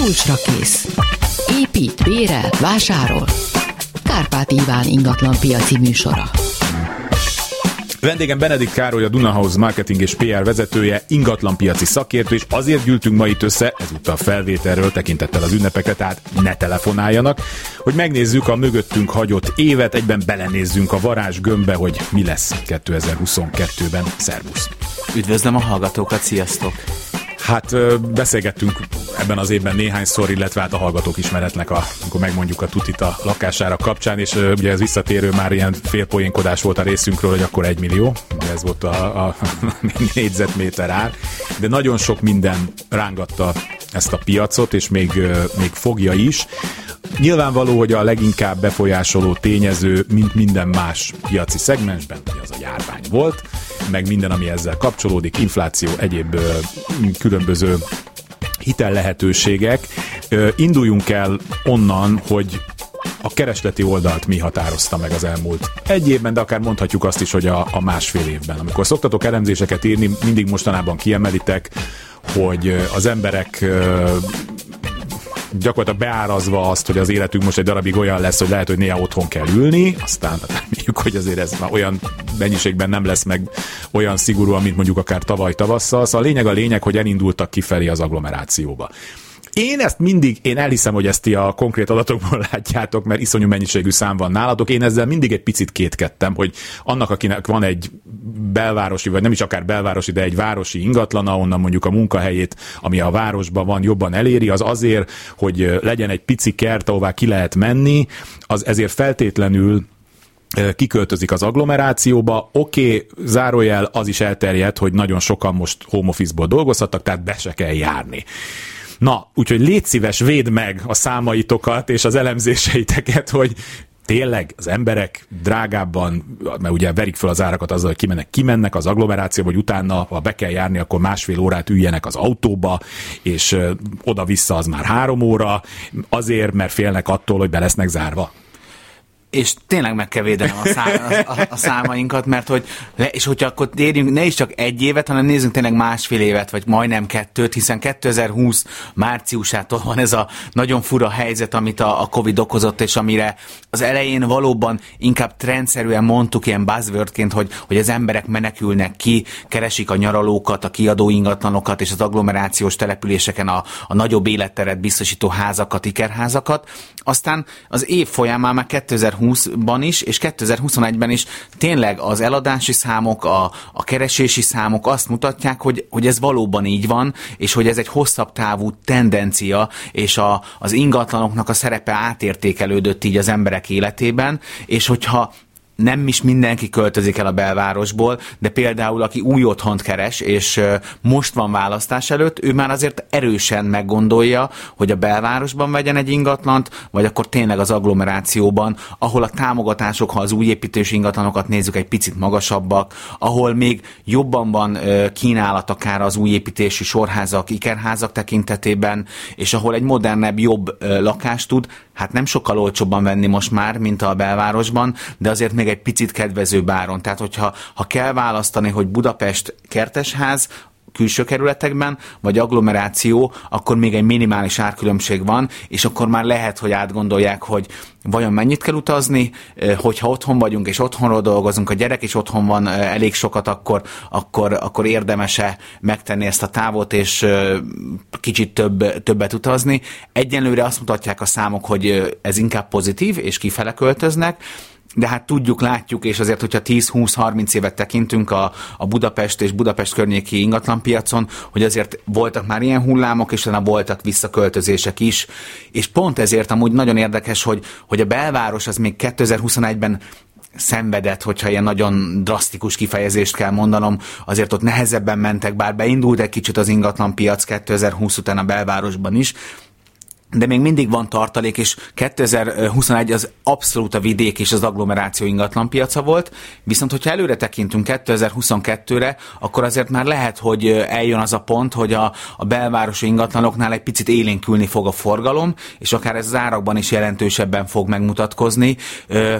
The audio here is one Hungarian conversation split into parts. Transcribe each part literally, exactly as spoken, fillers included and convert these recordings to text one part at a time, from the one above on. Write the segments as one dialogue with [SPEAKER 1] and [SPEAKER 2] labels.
[SPEAKER 1] Kulcsra kész. Épít, bérel, vásárol. Kárpát Iván ingatlan piaci műsora.
[SPEAKER 2] Vendégem Benedikt Károly, a Dunahouse marketing és pé er vezetője, ingatlanpiaci szakértő, és azért gyűltünk ma itt össze, ezúttal felvételről tekintettel az ünnepekre, tehát ne telefonáljanak, hogy megnézzük a mögöttünk hagyott évet, egyben belenézzünk a varázsgömbbe, hogy mi lesz kétezer-huszonkettőben. Szervusz!
[SPEAKER 3] Üdvözlöm a hallgatókat, sziasztok!
[SPEAKER 2] Hát beszélgettünk ebben az évben néhányszor, illetve hát a hallgatók ismeretnek, a, amikor megmondjuk a tutit a lakására kapcsán, és ugye ez visszatérő már ilyen félpoénkodás volt a részünkről, hogy akkor egy millió, ez volt a, a négyzetméter ár, de nagyon sok minden rángatta ezt a piacot, és még, még fogja is. Nyilvánvaló, hogy a leginkább befolyásoló tényező, mint minden más piaci szegmensben, az a járvány volt, meg minden, ami ezzel kapcsolódik, infláció, egyéb ö, különböző hitellehetőségek. Ö, induljunk el onnan, hogy a keresleti oldalt mi határozta meg az elmúlt egy évben, de akár mondhatjuk azt is, hogy a, a másfél évben. Amikor szoktatok elemzéseket írni, mindig mostanában kiemelitek, hogy az emberek ö, gyakorlatilag beárazva azt, hogy az életünk most egy darabig olyan lesz, hogy lehet, hogy néha otthon kell ülni, aztán reméljük, hogy azért ez már olyan mennyiségben nem lesz meg olyan szigorúan, mint mondjuk akár tavaly tavasszal. Szóval a lényeg a lényeg, hogy elindultak kifelé az agglomerációba. Én ezt mindig, én elhiszem, hogy ezt ti a konkrét adatokból látjátok, mert iszonyú mennyiségű szám van nálatok. Én ezzel mindig egy picit kétkedtem, hogy annak, akinek van egy belvárosi, vagy nem is akár belvárosi, de egy városi ingatlana, onnan mondjuk a munkahelyét, ami a városban van, jobban eléri, az azért, hogy legyen egy pici kert, ahová ki lehet menni, az ezért feltétlenül kiköltözik az agglomerációba. Oké, okay, zárójel, az is elterjedt, hogy nagyon sokan most home office-ból dolgozhattak, tehát be se kell járni. Na, úgyhogy légy szíves, védd meg a számaitokat és az elemzéseiteket, hogy tényleg az emberek drágábban, mert ugye verik fel az árakat azzal, hogy kimennek, kimennek az agglomerációba, hogy utána, ha be kell járni, akkor másfél órát üljenek az autóba, és oda-vissza az már három óra, azért, mert félnek attól, hogy be lesznek zárva.
[SPEAKER 3] És tényleg meg kell védenem a, szám, a, a számainkat, mert hogy, és hogyha akkor térjünk, ne is csak egy évet, hanem nézzünk tényleg másfél évet, vagy majdnem kettőt, hiszen kétezer-húsz márciusától van ez a nagyon fura helyzet, amit a, a Covid okozott, és amire az elején valóban inkább trendszerűen mondtuk ilyen buzzwordként, hogy, hogy az emberek menekülnek ki, keresik a nyaralókat, a kiadó ingatlanokat, és az agglomerációs településeken a, a nagyobb életteret biztosító házakat, ikerházakat. Aztán az év folyamán már kétezer-húszban is, és kétezer-huszonegyben is tényleg az eladási számok, a, a keresési számok azt mutatják, hogy, hogy ez valóban így van, és hogy ez egy hosszabb távú tendencia, és a, az ingatlanoknak a szerepe átértékelődött így az emberek életében, és hogyha nem is mindenki költözik el a belvárosból, de például aki új otthont keres, és most van választás előtt, ő már azért erősen meggondolja, hogy a belvárosban vegyen egy ingatlant, vagy akkor tényleg az agglomerációban, ahol a támogatások, ha az új építési ingatlanokat nézzük, egy picit magasabbak, ahol még jobban van kínálat akár az új építésű sorházak, ikerházak tekintetében, és ahol egy modernebb, jobb lakást tud, hát nem sokkal olcsóbban venni most már, mint a belvárosban, de azért még egy picit kedvezőbb áron. Tehát, hogyha ha kell választani, hogy Budapest kertesház, külső kerületekben, vagy agglomeráció, akkor még egy minimális árkülönbség van, és akkor már lehet, hogy átgondolják, hogy vajon mennyit kell utazni, hogyha otthon vagyunk, és otthonról dolgozunk, a gyerek is otthon van elég sokat, akkor, akkor, akkor érdemes-e megtenni ezt a távot, és kicsit több, többet utazni. Egyenlőre azt mutatják a számok, hogy ez inkább pozitív, és kifele költöznek, de hát tudjuk, látjuk, és azért, hogyha tíz-húsz-harminc évet tekintünk a, a Budapest és Budapest környéki ingatlanpiacon, hogy azért voltak már ilyen hullámok, és utána voltak visszaköltözések is, és pont ezért amúgy nagyon érdekes, hogy, hogy a belváros az még kétezer-huszonegyben szenvedett, hogyha ilyen nagyon drasztikus kifejezést kell mondanom, azért ott nehezebben mentek, bár beindult egy kicsit az ingatlanpiac kétezer-húsz után a belvárosban is, de még mindig van tartalék, és kétezer-huszonegy az abszolút a vidék és az agglomeráció ingatlanpiaca volt, viszont hogyha előre tekintünk kétezer-huszonkettőre, akkor azért már lehet, hogy eljön az a pont, hogy a, a belvárosi ingatlanoknál egy picit élénkülni fog a forgalom, és akár ez az árakban is jelentősebben fog megmutatkozni.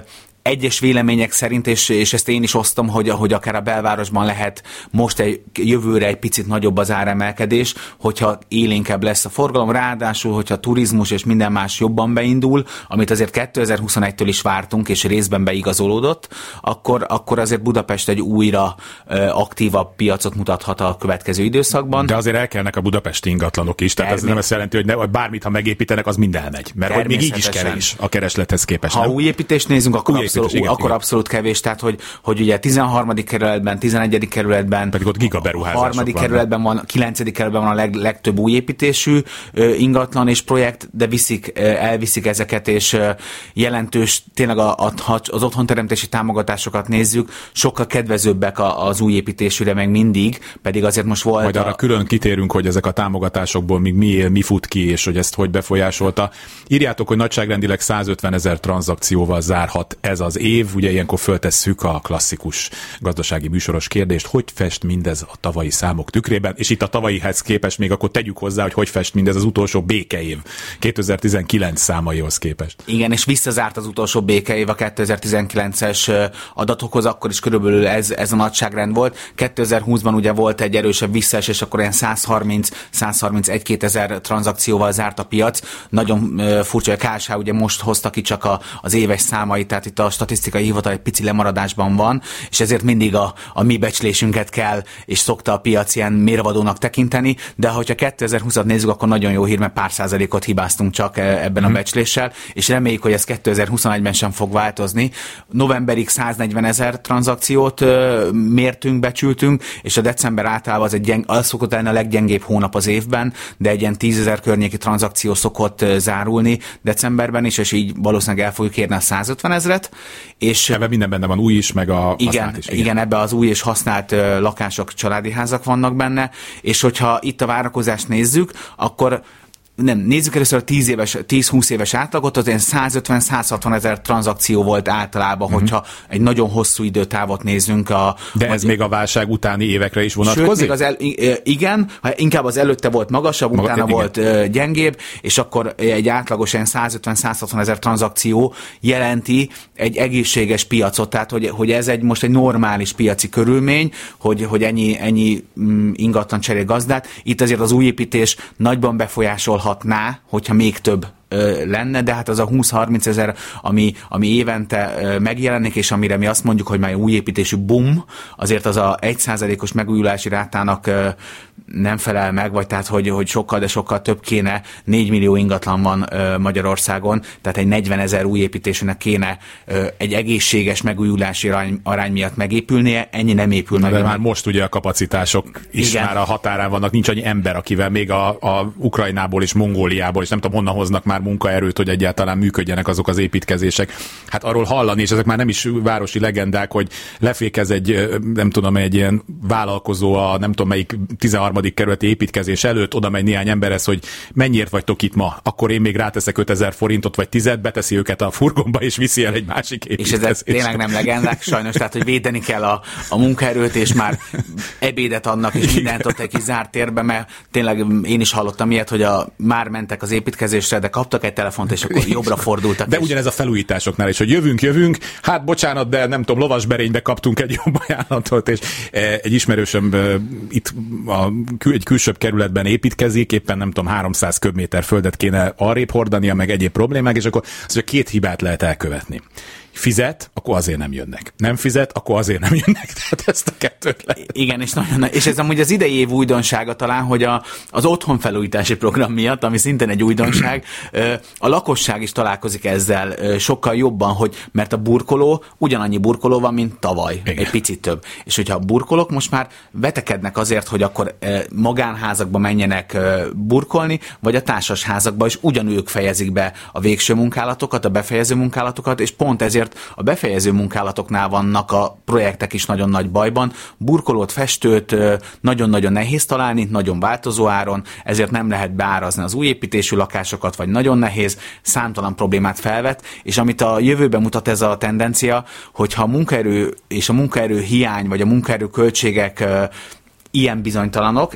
[SPEAKER 3] egyes vélemények szerint, és, és ezt én is osztom, hogy, hogy akár a belvárosban lehet most egy jövőre egy picit nagyobb az áremelkedés, hogyha élénkebb lesz a forgalom, ráadásul, hogyha a turizmus és minden más jobban beindul, amit azért kétezer-huszonegytől is vártunk, és részben beigazolódott, akkor, akkor azért Budapest egy újra aktívabb piacot mutathat a következő időszakban.
[SPEAKER 2] De azért elkelnek a budapesti ingatlanok is, tehát ez nem azt jelenti, hogy ne, bármit, ha megépítenek, az mind elmegy, mert hogy még így is kevés a kereslethez képest.
[SPEAKER 3] Ha
[SPEAKER 2] nem?
[SPEAKER 3] új építést nézünk, akkor,
[SPEAKER 2] új
[SPEAKER 3] abszolút,
[SPEAKER 2] építés, igen,
[SPEAKER 3] akkor
[SPEAKER 2] igen.
[SPEAKER 3] abszolút kevés, tehát hogy, hogy ugye tizenharmadik kerületben, tizenegyedik kerületben,
[SPEAKER 2] pedig ott gigaberuházások
[SPEAKER 3] harmadik
[SPEAKER 2] vannak.
[SPEAKER 3] kerületben van, kilencedik kerületben van a leg, legtöbb új építésű uh, ingatlan és projekt, de viszik, uh, elviszik ezeket, és uh, jelentős, tényleg a, a, az otthonteremtési támogatásokat nézzük, sokkal kedvezőbbek a, az új építésűre meg mindig, pedig azért most volt...
[SPEAKER 2] Majd
[SPEAKER 3] a...
[SPEAKER 2] arra külön kitérünk, hogy ezek a támogatásokból még mi él, mi fut ki, és hogy ezt hogy befolyásolta. Írjátok, hogy nagyságrendileg százötvenezer tranzakcióval zárhat ez az év. Ugye ilyenkor föltesszük a klasszikus gazdasági műsoros kérdést, hogy fest mindez a tavalyi számok tükrében, és itt a tavalyihez képest még akkor tegyük hozzá, hogy hogy fest mindez az utolsó békeév kétezer-tizenkilenc számaihoz képest.
[SPEAKER 3] Igen, és visszazárt az utolsó békeév a kétezer-tizenkilences adatokhoz, akkor is körülbelül ez, ez a nagyságrend volt. kétezer-húszban ugye volt egy erősebb visszaesés, akkor ilyen száz harminc száz harmincegy ezer tranzakcióval zárt a piac. Nagyon uh, furcsa, hogy a ká es há ugye most hozta ki csak a, az éves számait, tehát itt a statisztikai hivatal egy pici lemaradásban van, és ezért mindig a, a mi becslésünket kell, és szokta a piac ilyen mérvadónak tekinteni, de hogyha kétezer-húszat nézzük, akkor nagyon jó hír, mert pár százalékot hibáztunk csak ebben mm. a becsléssel, és reméljük, hogy ez kétezer-huszonegyben sem fog változni. Novemberig száznegyven ezer tranzakciót uh, mértünk, becsültünk, és a december általában az, egy gyeng, az szokott lenni a leggyengébb hónap az évben, de egy ilyen tízezer környéki tranzakció szokott uh, zárulni decemberben is, és így valószínűleg el fogjuk érni a százötven ezret. És
[SPEAKER 2] ebben minden benne van, új is, meg a
[SPEAKER 3] igen,
[SPEAKER 2] használt is.
[SPEAKER 3] Igen, igen, ebbe az új és használt uh, lakások, családi házak vannak benne, és hogyha itt a várakozást nézzük, akkor nem, nézzük először a tíz éves, tíz-húsz éves átlagot, az ilyen százötven-százhatvan ezer tranzakció volt általában, uh-huh. hogyha egy nagyon hosszú időtávot nézzünk. A,
[SPEAKER 2] De ez
[SPEAKER 3] vagy,
[SPEAKER 2] még a válság utáni évekre is vonatkozik?
[SPEAKER 3] Sőt, még az el, igen, inkább az előtte volt magasabb, Maga, utána igen. volt gyengébb, és akkor egy átlagos ilyen százötven-százhatvan ezer tranzakció jelenti egy egészséges piacot, tehát hogy, hogy ez egy most egy normális piaci körülmény, hogy, hogy ennyi, ennyi ingatlan cserél gazdát. Itt azért az új építés nagyban befolyásol hatná, hogyha még több ö, lenne, de hát az a húsz-harminc ezer, ami, ami évente ö, megjelenik, és amire mi azt mondjuk, hogy már új építésű boom, azért az a egy százalékos megújulási rátának ö, nem felel meg, vagy tehát, hogy, hogy sokkal, de sokkal több kéne, négy millió ingatlan van ö, Magyarországon, tehát egy negyven ezer új építésűnek kéne ö, egy egészséges megújulási arány, arány miatt megépülnie, ennyi nem épül meg.
[SPEAKER 2] De már most ugye a kapacitások is igen. már a határán vannak, nincs annyi ember, akivel még a, a Ukrajnából és Mongóliából, és nem tudom, honnan hoznak már munkaerőt, hogy egyáltalán működjenek azok az építkezések. Hát arról hallani, és ezek már nem is városi legendák, hogy lefékez egy, nem tudom, egy ilyen vállalkozó a nem tudom melyik tizenharmadik kerületi építkezés előtt, oda megy néhány emberhez, hogy mennyiért vagytok itt ma, akkor én még ráteszek ötezer forintot vagy tizet, beteszi őket a furgonba, és viszi el egy másik építkezésre.
[SPEAKER 3] És ezek tényleg nem legendák, sajnos, tehát hogy védeni kell a, a munkaerőt, és már ebédet adnak, és mindent ott egy kis zárt térbe, mert tényleg én is hallottam ilyet, hogy a, már mentek az építkezésre, de kaptak egy telefont, és akkor jobbra fordultak.
[SPEAKER 2] De
[SPEAKER 3] és...
[SPEAKER 2] ugyanez a felújításoknál is, hogy jövünk, jövünk, hát bocsánat, de nem tudom, lovasberénybe kaptunk egy jobb ajánlatot, és egy ismerősöm itt a, egy külsőbb kerületben építkezik, éppen nem tudom, háromszáz köbméter földet kéne arrébb hordania, meg egyéb problémák, és akkor az, hogy két hibát lehet elkövetni. Fizet, akkor azért nem jönnek. Nem fizet, akkor azért nem jönnek. Tehát ezt a kettőt lehet.
[SPEAKER 3] Igen, és, nagyon, és ez amúgy az idei év újdonsága talán, hogy a, az otthonfelújítási program miatt, ami szintén egy újdonság, a lakosság is találkozik ezzel sokkal jobban, hogy mert a burkoló, ugyanannyi burkoló van, mint tavaly. Igen. Egy picit több. És hogyha a burkolók most már vetekednek azért, hogy akkor magánházakba menjenek burkolni, vagy a társasházakba, és ugyanők fejezik be a végső munkálatokat, a befejező munkálatokat, és pont ezért a befejező munkálatoknál vannak a projektek is nagyon nagy bajban. Burkolót, festőt nagyon-nagyon nehéz találni, nagyon változó áron, ezért nem lehet beárazni az új építésű lakásokat, vagy nagyon nehéz, számtalan problémát felvet, és amit a jövőben mutat ez a tendencia, hogyha a munkaerő és a munkaerő hiány, vagy a munkaerő költségek ilyen bizonytalanok,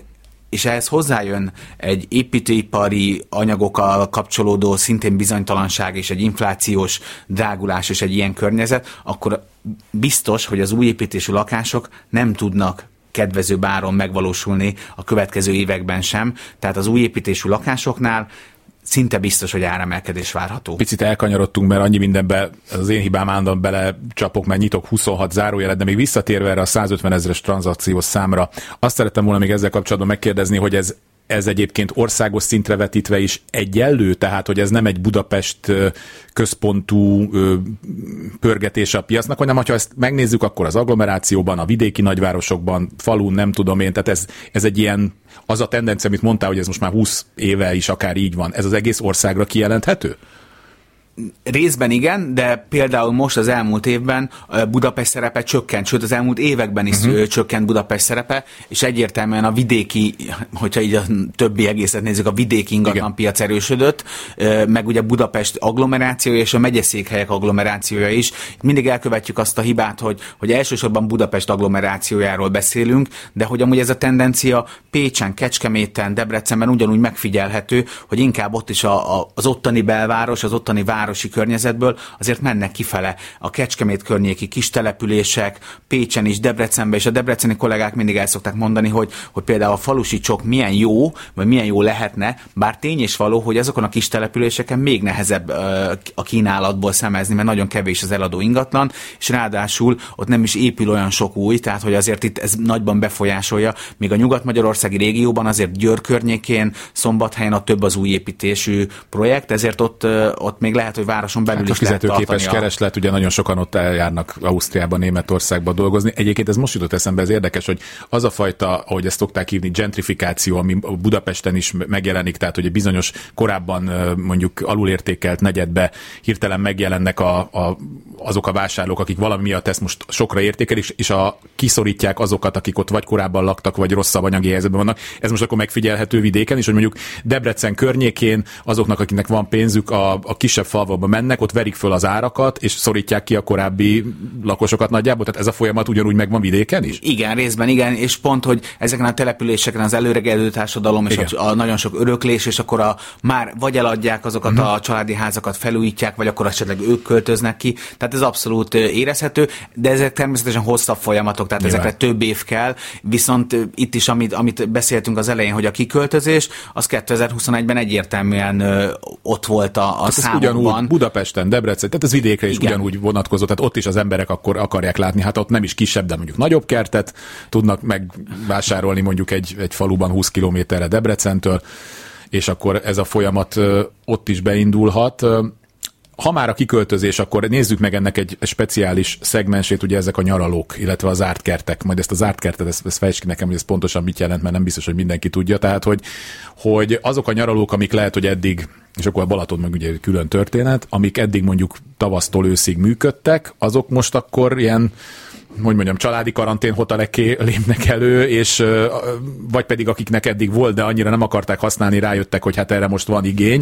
[SPEAKER 3] és ehhez hozzájön egy építőipari anyagokkal kapcsolódó szintén bizonytalanság és egy inflációs drágulás és egy ilyen környezet, akkor biztos, hogy az új építésű lakások nem tudnak kedvezőbb áron megvalósulni a következő években sem. Tehát az új építésű lakásoknál szinte biztos, hogy áremelkedés várható.
[SPEAKER 2] Picit elkanyarodtunk, mert annyi mindenbe, az én hibám állandóan belecsapok, mert nyitok huszonhat zárójelet, de még visszatérve erre a százötven ezres tranzakciós számra, azt szerettem volna még ezzel kapcsolatban megkérdezni, hogy ez ez egyébként országos szintre vetítve is egyenlő, tehát hogy ez nem egy Budapest központú pörgetése a piacnak, hanem ha ezt megnézzük, akkor az agglomerációban, a vidéki nagyvárosokban, falun, nem tudom én, tehát ez, ez egy ilyen, az a tendencia, amit mondtál, hogy ez most már húsz éve is akár így van, ez az egész országra kijelenthető?
[SPEAKER 3] Részben igen, de például most az elmúlt évben Budapest szerepe csökkent, sőt az elmúlt években is uh-huh. csökkent Budapest szerepe, és egyértelműen a vidéki, hogyha így a többi egészet nézzük, a vidéki ingatlanpiac erősödött, meg ugye Budapest agglomerációja és a megyeszékhelyek agglomerációja is. Mindig elkövetjük azt a hibát, hogy, hogy elsősorban Budapest agglomerációjáról beszélünk, de hogy amúgy ez a tendencia Pécsen, Kecskeméten, Debrecenben ugyanúgy megfigyelhető, hogy inkább ott is a, a, az ottani belváros, az ottani város városi környezetből azért mennek kifele a Kecskemét környéki kis települések, Pécsen is, Debrecenben, és a debreceni kollégák mindig el szokták mondani, hogy, hogy például a falusi csok milyen jó, vagy milyen jó lehetne, bár tény és való, hogy azokon a kis településeken még nehezebb uh, a kínálatból szemezni, mert nagyon kevés az eladó ingatlan, és ráadásul ott nem is épül olyan sok új, tehát hogy azért itt ez nagyban befolyásolja, míg a nyugat-magyarországi régióban azért Győr környékén, Szombathelyen a több az új építésű projekt, ezért ott, uh, ott még lehet, hogy városon belül hát is lehet tartani. A fizetőképes kereslet, ugye nagyon sokan ott eljárnak Ausztriába, Németországba dolgozni. Egyébként ez most jutott eszembe, ez érdekes, hogy az a fajta, ahogy ezt szokták hívni, gentrifikáció, ami Budapesten is megjelenik, tehát hogy egy bizonyos korábban mondjuk alulértékelt negyedbe hirtelen megjelennek a, a, azok a vásárlók, akik valami miatt ezt most sokra értékelik, és, és a, kiszorítják azokat, akik ott vagy korábban laktak, vagy rosszabb anyagi helyzetben vannak. Ez most akkor megfigyelhető vidéken is, hogy mondjuk Debrecen környékén azoknak, akiknek van pénzük, a, a kisebb falvakba mennek, ott verik föl az árakat, és szorítják ki a korábbi lakosokat nagyjából, tehát ez a folyamat ugyanúgy megvan vidéken is? Igen, részben igen, és pont, hogy ezeken a településeken az előregedő társadalom, és a, a nagyon sok öröklés, és akkor a, már vagy eladják azokat uh-huh. a családi házakat, felújítják, vagy akkor esetleg ők költöznek ki, tehát ez abszolút érezhető, de ezek természetesen hosszabb folyamatok, tehát Nyilván. ezekre több év kell, viszont itt is, amit, amit beszéltünk az elején, hogy a kiköltözés, az kétezer-huszonegyben egyértelműen ö, ott volt a, a számokban.
[SPEAKER 2] Budapesten, Debrecen, tehát ez vidékre is Igen. ugyanúgy vonatkozott, tehát ott is az emberek akkor akarják látni, hát ott nem is kisebb, de mondjuk nagyobb kertet tudnak megvásárolni mondjuk egy, egy faluban húsz kilométerre Debrecentől, és akkor ez a folyamat ott is beindulhat. Ha már a kiköltözés, akkor nézzük meg ennek egy speciális szegmensét, ugye ezek a nyaralók, illetve a zárt kertek. Majd ezt a zárt kertet, ezt, ezt fejtsd ki nekem, hogy ez pontosan mit jelent, mert nem biztos, hogy mindenki tudja. Tehát, hogy, hogy azok a nyaralók, amik lehet, hogy eddig, és akkor a Balaton meg ugye külön történet, amik eddig mondjuk tavasztól őszig működtek, azok most akkor ilyen, hogy mondjam, családi karantén hoteleké lépnek elő, és vagy pedig akiknek eddig volt, de annyira nem akarták használni, rájöttek, hogy hát erre most van igény,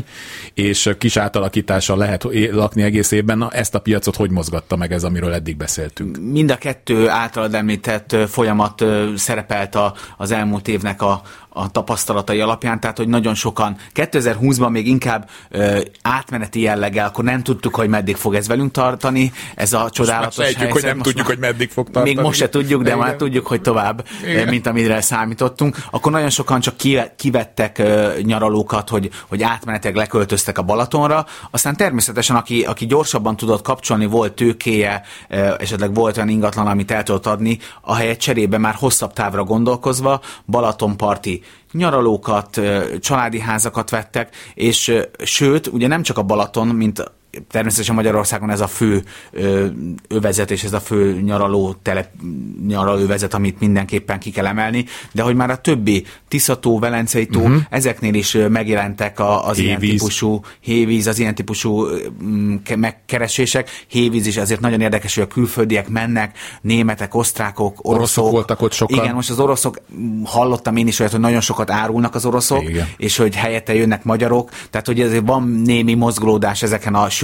[SPEAKER 2] és kis átalakítással lehet lakni egész évben. Na, ezt a piacot hogy mozgatta meg ez, amiről eddig beszéltünk?
[SPEAKER 3] Mind a kettő általad említett folyamat szerepelt a, az elmúlt évnek a, a tapasztalatai alapján, tehát hogy nagyon sokan kétezer-húszban még inkább ö, átmeneti jelleggel, akkor nem tudtuk, hogy meddig fog ez velünk tartani, ez a csodálatos
[SPEAKER 2] helyzet. Sejtjük, hogy nem most tudjuk, hogy meddig fog tartani.
[SPEAKER 3] Még most se tudjuk, de Igen. már tudjuk, hogy tovább, Igen. mint amire számítottunk. Akkor nagyon sokan csak kivettek ö, nyaralókat, hogy, hogy átmenetileg leköltöztek a Balatonra, aztán természetesen aki, aki gyorsabban tudott kapcsolni, volt tőkéje, ö, esetleg volt olyan ingatlan, amit el tudott adni, ahelyett cserébe már hosszabb távra gondolkozva Balatonparti nyaralókat, családi házakat vettek, és sőt, ugye nem csak a Balaton, mint természetesen Magyarországon ez a fő ö, övezet, és ez a fő nyaraló telep, nyaralóövezet, amit mindenképpen ki kell emelni, de hogy már a többi Tiszató, Velencei tó, uh-huh. ezeknél is megjelentek a, az hévíz. ilyen típusú hévíz, az ilyen típusú ke- megkeresések. Hévíz is azért nagyon érdekes, hogy a külföldiek mennek, németek, osztrákok, oroszok.
[SPEAKER 2] Oroszok voltak ott sokan.
[SPEAKER 3] Igen, most az oroszok, hallottam én is olyat, hogy nagyon sokat árulnak az oroszok, Igen. és hogy helyette jönnek magyarok, tehát hogy ezért van némi mozgolódás ezeken a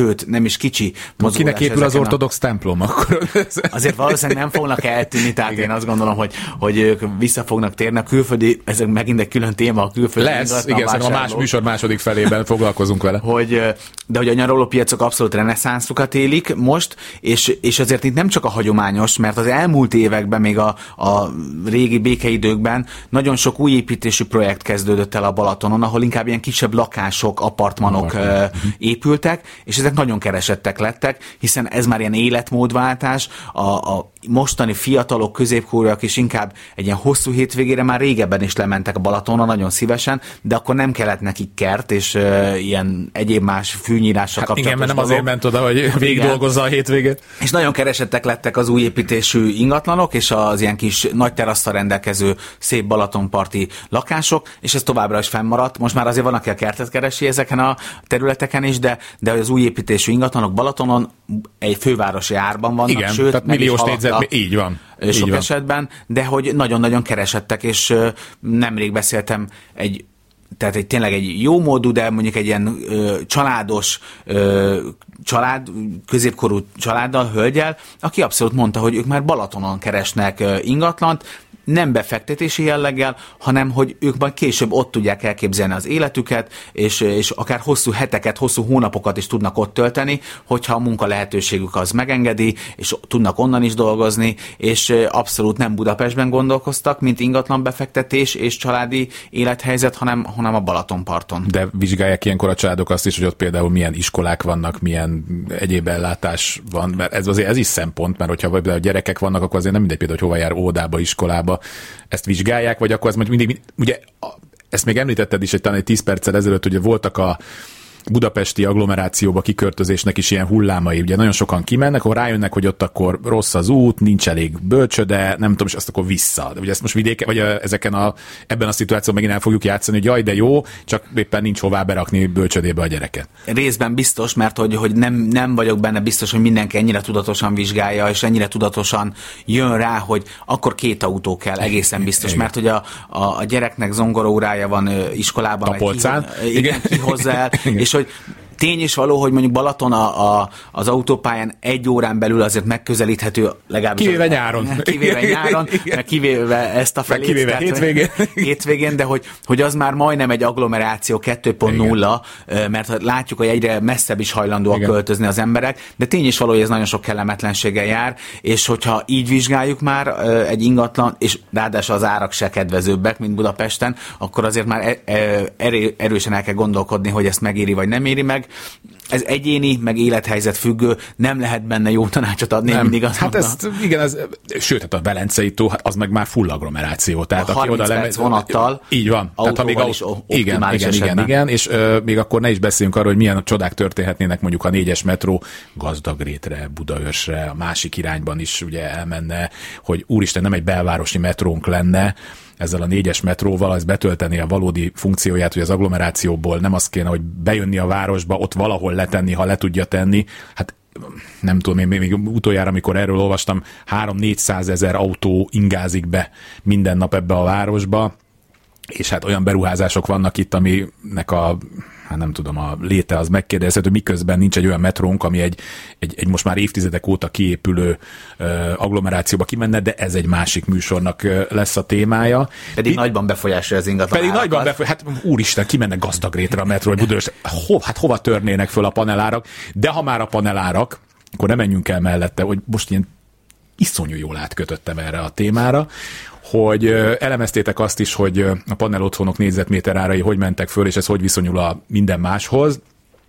[SPEAKER 3] sőt, nem is kicsi mozgolás.
[SPEAKER 2] Kinek épül az ortodox a... templom, akkor...
[SPEAKER 3] Azért valószínűleg nem fognak eltűnni, tehát igen. Én azt gondolom, hogy, hogy ők vissza fognak térni. A külföldi, ez megint egy külön téma, a külföldi
[SPEAKER 2] lesz, igen, a más műsor második felében foglalkozunk vele.
[SPEAKER 3] Hogy, de hogy a nyaralópiacok abszolút reneszánszukat élik most, és, és azért itt nem csak a hagyományos, mert az elmúlt években, még a, a régi békeidőkben nagyon sok új építésű projekt kezdődött el a Balatonon, ahol inkább ilyen kisebb lakások, apartmanok uh, épültek, és ezek nagyon keresettek lettek, hiszen ez már ilyen életmódváltás, a, a mostani fiatalok, középkorúak is inkább egy ilyen hosszú hétvégére már régebben is lementek a Balatonon, nagyon szívesen, de akkor nem kellett nekik kert, és uh, ilyen egyéb más fűnyírással
[SPEAKER 2] hát
[SPEAKER 3] kapcsolatos
[SPEAKER 2] igen, mert nem
[SPEAKER 3] dolog.
[SPEAKER 2] Azért ment oda, hogy végigdolgozza a hétvégét.
[SPEAKER 3] És nagyon keresettek lettek az új építésű ingatlanok, és az ilyen kis nagy terasszal rendelkező szép balatonparti lakások, és ez továbbra is fennmaradt. Most már azért van, aki a kertet keresi ezeken a területeken is, de, de az új építésű ingatlanok Balatonon egy fővárosi árban vannak,
[SPEAKER 2] igen,
[SPEAKER 3] sőt,
[SPEAKER 2] tehát milliós négyzet, így van.
[SPEAKER 3] Sok
[SPEAKER 2] így van.
[SPEAKER 3] esetben, de hogy nagyon-nagyon keresettek, és nemrég beszéltem egy tehát egy, tényleg egy jó módú, de mondjuk egy ilyen ö, családos ö, család, középkorú családdal, hölgyel, aki abszolút mondta, hogy ők már Balatonon keresnek ö, ingatlant, nem befektetési jelleggel, hanem hogy ők majd később ott tudják elképzelni az életüket, és, és akár hosszú heteket, hosszú hónapokat is tudnak ott tölteni, hogyha a munka lehetőségük az megengedi, és tudnak onnan is dolgozni, és abszolút nem Budapestben gondolkoztak, mint ingatlan befektetés és családi élethelyzet, hanem, hanem a Balatonparton.
[SPEAKER 2] De vizsgálják ilyenkor a családok azt is, hogy ott például milyen iskolák vannak, milyen egyéb ellátás van, mert ez azért ez is szempont, mert hogyha például gyerekek vannak, akkor azért nem mindegy például, hogy hova jár óvodába, iskolába, ezt vizsgálják, vagy akkor ez majd mindig, ugye ezt még említetted is, hogy talán egy tíz perccel ezelőtt, ugye voltak a budapesti agglomerációba kiköltözésnek is ilyen hullámai. Ugye nagyon sokan kimennek, akkor rájönnek, hogy ott akkor rossz az út, nincs elég bölcsöde, nem tudom, és azt akkor vissza. De ugye ezt most vidéken, vagy ezeken a, ebben a szituációban megint el fogjuk játszani, hogy jaj, de jó, csak éppen nincs hová berakni bölcsödébe a gyereket.
[SPEAKER 3] Részben biztos, mert hogy, hogy nem, nem vagyok benne biztos, hogy mindenki ennyire tudatosan vizsgálja, és ennyire tudatosan jön rá, hogy akkor két autó kell, egészen biztos, igen. Mert hogy a, a, a gyereknek zongoraórája van iskolában,
[SPEAKER 2] Tapolcán.
[SPEAKER 3] Ki, igen, ki hozzá el, és hogy tény is való, hogy mondjuk Balaton a, a, az autópályán egy órán belül azért megközelíthető, legalábbis...
[SPEAKER 2] Kivéve nyáron.
[SPEAKER 3] Kivéve nyáron, meg kivéve ezt a felét.
[SPEAKER 2] Kivéve tehát, hétvégén.
[SPEAKER 3] Hétvégén, de hogy, hogy az már majdnem egy agglomeráció kettő pont nulla, mert látjuk, hogy egyre messzebb is hajlandóak igen. költözni az emberek, de tény is való, hogy ez nagyon sok kellemetlenséggel jár, és hogyha így vizsgáljuk már egy ingatlan, és ráadásul az árak se kedvezőbbek, mint Budapesten, akkor azért már erő, erősen el kell gondolkodni, hogy ezt megéri, vagy nem éri meg. Ez egyéni, meg élethelyzet függő, nem lehet benne jó tanácsot adni, nem. Mindig azt
[SPEAKER 2] hát ezt, igen, ez, sőt, hát a Velencei tó, hát az meg már full agglomeráció. Tehát
[SPEAKER 3] a harminc perc lemegy, vonattal,
[SPEAKER 2] így van. Tehát, ha még a,
[SPEAKER 3] is
[SPEAKER 2] igen, igen, igen, igen, és uh, még akkor ne is beszéljünk arról, hogy milyen csodák történhetnének mondjuk a négyes metró Gazdagrétre, Budaörsre, a másik irányban is ugye elmenne, hogy úristen, nem egy belvárosi metrónk lenne, ezzel a négyes metróval, az betölteni a valódi funkcióját, hogy az agglomerációból nem az kéne, hogy bejönni a városba, ott valahol letenni, ha le tudja tenni. Hát nem tudom, én még utoljára, amikor erről olvastam, három-négyszázezer autó ingázik be minden nap ebbe a városba, és hát olyan beruházások vannak itt, aminek a hát nem tudom, a léte az megkérdezhető, miközben nincs egy olyan metrónk, ami egy, egy, egy most már évtizedek óta kiépülő uh, agglomerációba kimenne, de ez egy másik műsornak uh, lesz a témája.
[SPEAKER 3] Pedig Bi- nagyban befolyásolja az ingatlan
[SPEAKER 2] Pedig árakat. Nagyban befolyásolja, hát úristen, kimenne Gazdagrétre a metró, hogy Budaörs, ho, hát hova törnének föl a panelárak, de ha már a panelárak, akkor nem menjünk el mellette, hogy most ilyen iszonyú jól átkötöttem erre a témára, hogy elemeztétek azt is, hogy a panel otthonok négyzetméter árai hogy mentek föl, és ez hogy viszonyul a minden máshoz.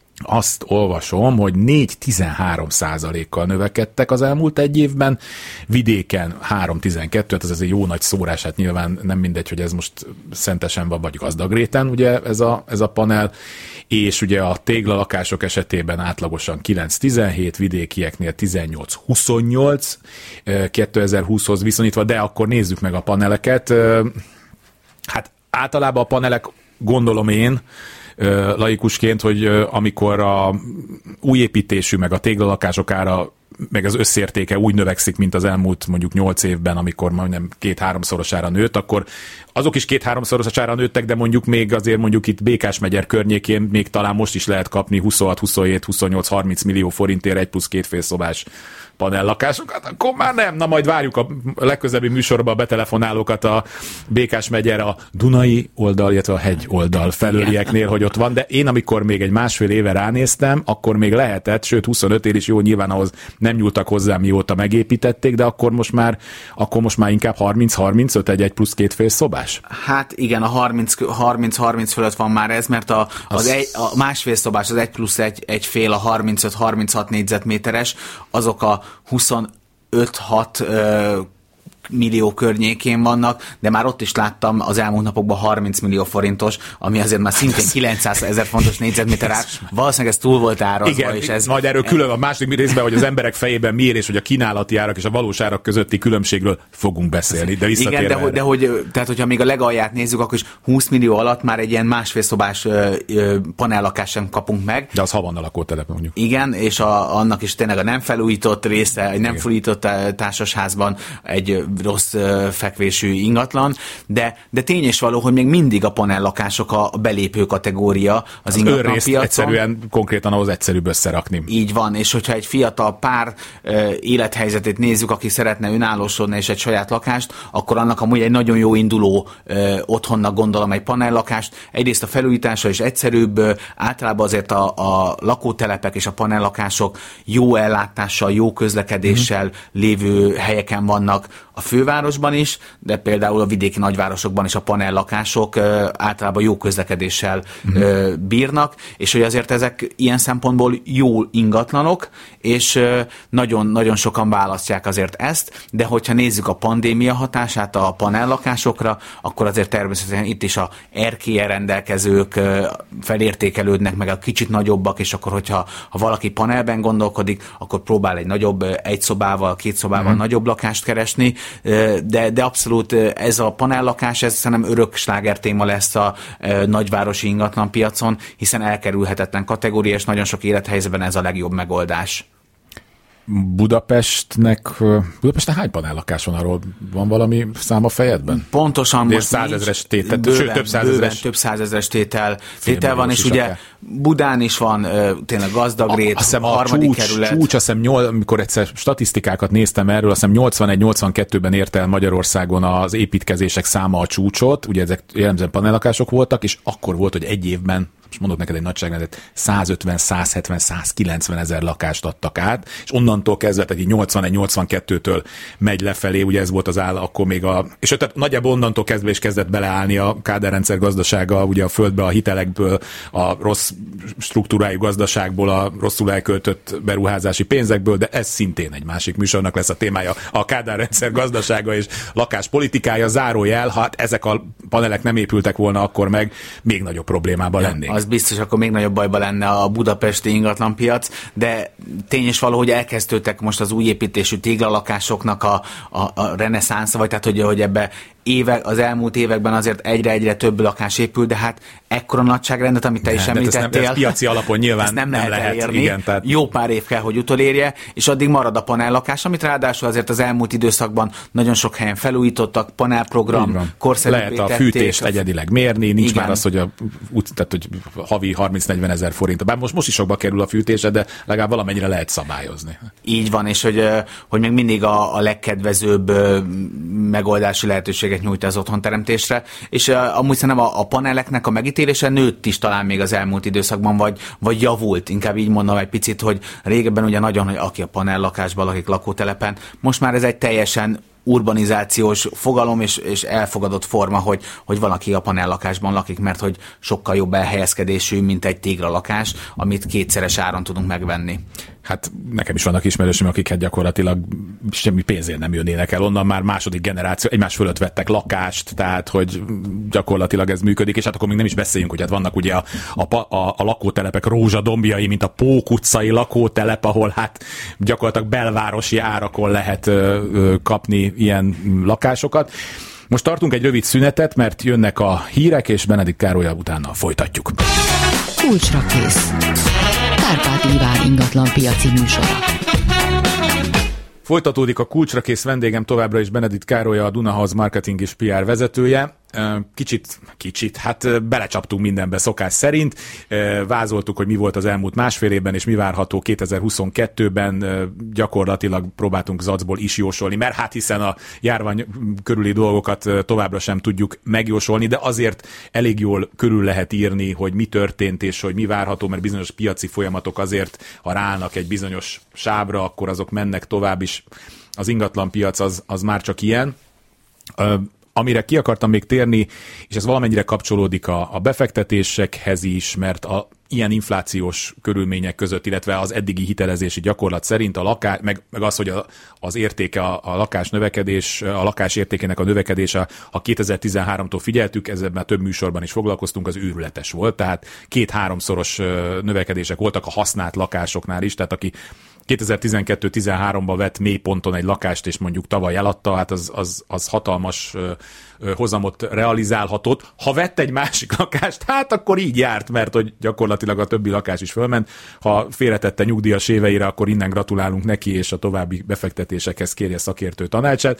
[SPEAKER 2] Azt olvasom, hogy négy-tizenhárom százalékkal növekedtek az elmúlt egy évben, vidéken három tizenkettő, hát ez egy jó nagy szórás, hát nyilván nem mindegy, hogy ez most Szentesen van, vagy Gazdagréten, ugye ez a, ez a panel, és ugye a téglalakások esetében átlagosan kilenc tizenhét, vidékieknél tizennyolc huszonnyolc kétezer-húszhoz viszonyítva, de akkor nézzük meg a paneleket. Hát általában a panelek, gondolom én, laikusként, hogy amikor a új építésű meg a téglalakások ára meg az összértéke úgy növekszik, mint az elmúlt mondjuk nyolc évben, amikor majdnem két-háromszorosára nőtt, akkor azok is két-háromszorosára nőttek, de mondjuk még azért mondjuk itt Békásmegyer környékén még talán most is lehet kapni huszonhat, huszonhét, huszonnyolc, harminc millió forintért egy plusz két félszobás panellakásokat, akkor már nem. Na majd várjuk a legközelebbi műsorban a betelefonálókat a Békásmegyer a Dunai oldal, illetve a hegy oldal felőlieknél, hogy ott van, de én amikor még egy másfél éve ránéztem, akkor még lehetett, sőt huszonöt év is jó, nyilván ahhoz nem nyúltak hozzá, mióta megépítették, de akkor most már, akkor most már inkább harminc-harmincöt egy egy plusz két félszobás?
[SPEAKER 3] Hát igen, a harminc-harminc fölött van már ez, mert a, az, az egy, a másfél szobás, az egy plusz egy, egy fél, a harmincöt-harminchat négyzetméteres, azok a huszonöt-hat millió környékén vannak, de már ott is láttam az elmúlt napokban harminc millió forintos, ami azért már szintén kilencszázezer fontos négyzetméter ár. Valószínűleg ez túl volt árazva.
[SPEAKER 2] Igen,
[SPEAKER 3] és ez
[SPEAKER 2] majd erről külön a második részben, hogy az emberek fejében miért és hogy a kínálati árak és a valós árak közötti különbségről fogunk beszélni, de visszatérve.
[SPEAKER 3] Igen, de, hogy, de hogy, tehát hogyha még a legalját nézzük, akkor is húsz millió alatt már egy ilyen másfél szobás panellakást sem kapunk meg.
[SPEAKER 2] De az Havanna lakótelep mondjuk.
[SPEAKER 3] Igen, és a, annak is tényleg a nem felújított része, egy nem felújított társasházban egy rossz uh, fekvésű ingatlan, de, de tény és való, hogy még mindig a panellakások a belépő kategória az, az ingatlan piacon.
[SPEAKER 2] Egyszerűen konkrétan ahhoz egyszerűbb összerakni.
[SPEAKER 3] Így van, és hogyha egy fiatal pár uh, élethelyzetét nézzük, aki szeretne önállósodni és egy saját lakást, akkor annak amúgy egy nagyon jó induló uh, otthonnak gondolom egy panellakást. Egyrészt a felújítása is egyszerűbb, uh, általában azért a, a lakótelepek és a panellakások jó ellátással, jó közlekedéssel mm. lévő helyeken vannak, a fővárosban is, de például a vidéki nagyvárosokban is a panellakások uh, általában jó közlekedéssel uh, bírnak, és hogy azért ezek ilyen szempontból jó ingatlanok, és uh, nagyon, nagyon sokan választják azért ezt, de hogyha nézzük a pandémia hatását a panellakásokra, akkor azért természetesen itt is a erkélyen rendelkezők uh, felértékelődnek, meg a kicsit nagyobbak, és akkor hogyha ha valaki panelben gondolkodik, akkor próbál egy nagyobb, egy szobával, két szobával uh-huh. nagyobb lakást keresni, de, de abszolút ez a panellakás, ez szerintem örök sláger téma lesz a nagyvárosi ingatlanpiacon, hiszen elkerülhetetlen kategória, és nagyon sok élethelyzetben ez a legjobb megoldás.
[SPEAKER 2] Budapestnek, Budapesten hány panellakás van, arról van valami szám a fejedben?
[SPEAKER 3] Pontosan
[SPEAKER 2] de
[SPEAKER 3] most
[SPEAKER 2] százezres tétel,
[SPEAKER 3] bőven,
[SPEAKER 2] sőt több százezres.
[SPEAKER 3] Több százezres tétel, tétel van, és ugye akár. Budán is van tényleg Gazdagrét, a, a harmadik
[SPEAKER 2] csúcs,
[SPEAKER 3] kerület.
[SPEAKER 2] Csúcs, azt hiszem, nyol, amikor egyszer statisztikákat néztem erről, azt hiszem nyolcvanegy-nyolcvankettőben ért el Magyarországon az építkezések száma a csúcsot, ugye ezek jellemzően panellakások voltak, és akkor volt, hogy egy évben, most mondok neked egy nagyságrendet, százötven, százhetven, százkilencven ezer lakást adtak át, és onnantól kezdve, tehát nyolcvanegy-nyolcvankettőtől megy lefelé, ugye ez volt az áll, akkor még a, és tehát nagyjából onnantól kezdve is kezdett beleállni a Kádár-rendszer gazdasága, ugye a földbe, a hitelekből, a rossz struktúrájú gazdaságból, a rosszul elköltött beruházási pénzekből, de ez szintén egy másik műsornak lesz a témája, a Kádár-rendszer gazdasága és lakáspolitikája, zárójel, hát ezek a panelek nem épültek volna akkor meg, még nagyobb problémában ja, lennénk.
[SPEAKER 3] Az biztos, akkor még nagyobb bajban lenne a budapesti ingatlanpiac, de tény és való, hogy elkezdődtek most az új építésű téglalakásoknak a, a, a reneszánsza, vagy tehát, hogy, hogy ebbe évek, az elmúlt években azért egyre-egyre több lakás épül, de hát ekkora nagyságrendet, amit te ne, is említettél.
[SPEAKER 2] Ez, nem, ez piaci alapon nyilván
[SPEAKER 3] nem, nem
[SPEAKER 2] lehet,
[SPEAKER 3] lehet elérni.
[SPEAKER 2] Igen, tehát...
[SPEAKER 3] Jó pár év kell, hogy utolérje, és addig marad a panellakás, amit ráadásul azért az elmúlt időszakban nagyon sok helyen felújítottak, panelprogram, korszerűbbé
[SPEAKER 2] lehet a
[SPEAKER 3] tették.
[SPEAKER 2] Fűtést egyedileg mérni, nincs
[SPEAKER 3] igen.
[SPEAKER 2] már az, hogy a, tehát, hogy havi harminc-negyven ezer forint. Bár most, most is sokba kerül a fűtése, de legalább valamennyire lehet szabályozni.
[SPEAKER 3] Így van, és hogy, hogy még mindig a, a legkedvezőbb megoldási lehetőséget nyújt az otthonteremtésre, és uh, amúgy szerintem a, a paneleknek a megítélése nőtt is talán még az elmúlt időszakban, vagy, vagy javult, inkább így mondom egy picit, hogy régebben ugye nagyon, hogy aki a panellakásban lakik lakótelepen, most már ez egy teljesen urbanizációs fogalom és, és elfogadott forma, hogy, hogy valaki a panellakásban lakik, mert hogy sokkal jobb elhelyezkedésű, mint egy téglalakás, amit kétszeres áron tudunk megvenni.
[SPEAKER 2] Hát nekem is vannak ismerősöm, akik hát gyakorlatilag semmi pénzért nem jönnének el, onnan már második generáció, egymás fölött vettek lakást, tehát hogy gyakorlatilag ez működik, és hát akkor még nem is beszéljünk, hogy hát vannak ugye a, a, a, a lakótelepek rózsadombjai, mint a Pók utcai lakótelep, ahol hát gyakorlatilag belvárosi árakon lehet ö, ö, kapni ilyen lakásokat. Most tartunk egy rövid szünetet, mert jönnek a hírek, és Benedikt Károlyal utána folytatjuk.
[SPEAKER 1] Kulcsra kész. Kárpát Iván ingatlan piaci műsora.
[SPEAKER 2] Folytatódik a kulcsra kész vendégem továbbra is Benedikt Károly, a Dunahouse marketing és pé er vezetője. Kicsit, kicsit, hát belecsaptunk mindenbe szokás szerint. Vázoltuk, hogy mi volt az elmúlt másfél évben, és mi várható kétezer-huszonkettőben. Gyakorlatilag próbáltunk zacból is jósolni, mert hát hiszen a járvány körüli dolgokat továbbra sem tudjuk megjósolni, de azért elég jól körül lehet írni, hogy mi történt, és hogy mi várható, mert bizonyos piaci folyamatok azért, ha ráállnak egy bizonyos sábra, akkor azok mennek tovább is. Az ingatlanpiac az, az már csak ilyen. Amire ki akartam még térni, és ez valamennyire kapcsolódik a, a befektetésekhez is, mert a ilyen inflációs körülmények között, illetve az eddigi hitelezési gyakorlat szerint a lakás, meg, meg az, hogy a, az értéke, a, a lakás növekedés, a lakás értékének a növekedése, ha kétezer-tizenháromtól figyeltük, ezzel már több műsorban is foglalkoztunk, az őrületes volt, tehát két-háromszoros növekedések voltak a használt lakásoknál is, tehát aki kétezer-tizenkettő-tizenháromban vett mély ponton egy lakást, és mondjuk tavaly eladta, hát az, az, az hatalmas ö, ö, hozamot realizálhatott. Ha vett egy másik lakást, hát akkor így járt, mert hogy gyakorlatilag a többi lakás is fölment. Ha félretette nyugdíjas éveire, akkor innen gratulálunk neki, és a további befektetésekhez kérje szakértő tanácsát.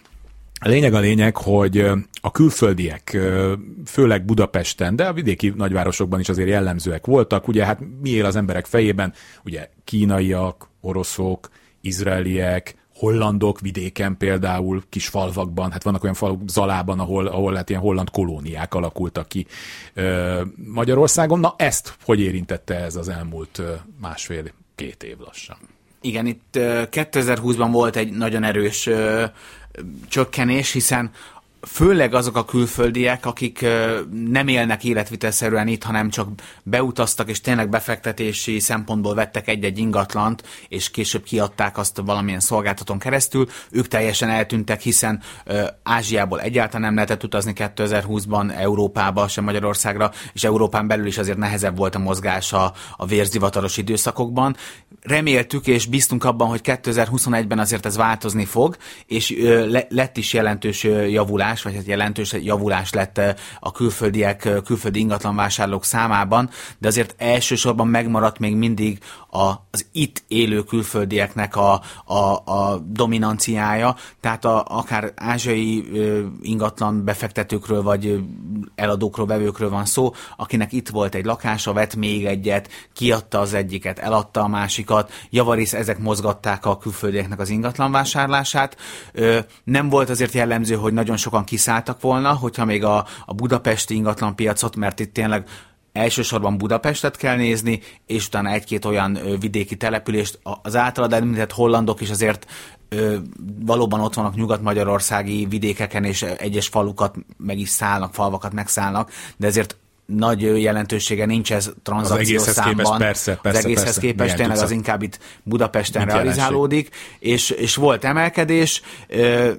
[SPEAKER 2] A lényeg a lényeg, hogy a külföldiek, főleg Budapesten, de a vidéki nagyvárosokban is azért jellemzőek voltak. Ugye hát mi él az emberek fejében? Ugye kínaiak, oroszok, izraeliek, hollandok vidéken például, kis falvakban, hát vannak olyan falvak Zalában, ahol, ahol hát ilyen holland kolóniák alakultak ki Magyarországon. Na ezt hogy érintette ez az elmúlt másfél-két év lassan?
[SPEAKER 3] Igen, itt kétezer-húszban volt egy nagyon erős csökkenés, hiszen főleg azok a külföldiek, akik nem élnek életvitelszerűen itt, hanem csak beutaztak, és tényleg befektetési szempontból vettek egy-egy ingatlant, és később kiadták azt valamilyen szolgáltatón keresztül, ők teljesen eltűntek, hiszen Ázsiából egyáltalán nem lehetett utazni kétezer-húszban Európába, sem Magyarországra, és Európán belül is azért nehezebb volt a mozgás a, a vérzivataros időszakokban. Reméltük és bíztunk abban, hogy kétezer-huszonegyben azért ez változni fog, és lett is jelentős javulás, vagy hát jelentős javulás lett a külföldiek, külföldi ingatlanvásárlók számában, de azért elsősorban megmaradt még mindig a, az itt élő külföldieknek a, a, a dominanciája, tehát a, akár ázsiai ingatlan befektetőkről, vagy eladókról, vevőkről van szó, akinek itt volt egy lakása, vett még egyet, kiadta az egyiket, eladta a másikat, javarész ezek mozgatták a külföldieknek az ingatlanvásárlását. Nem volt azért jellemző, hogy nagyon sokan kiszálltak volna, hogyha még a, a budapesti ingatlanpiacot, mert itt tényleg elsősorban Budapestet kell nézni, és utána egy-két olyan ö, vidéki települést. Az általad említett hollandok is azért ö, valóban ott vannak nyugat-magyarországi vidékeken, és egyes falukat meg is szállnak, falvakat megszállnak, de ezért nagy jelentősége nincs ez tranzakciós számban.
[SPEAKER 2] Képest, persze, persze,
[SPEAKER 3] az egészhez
[SPEAKER 2] persze.
[SPEAKER 3] képest tényleg tucat? Az inkább itt Budapesten Mint realizálódik, és, és volt emelkedés. Ö,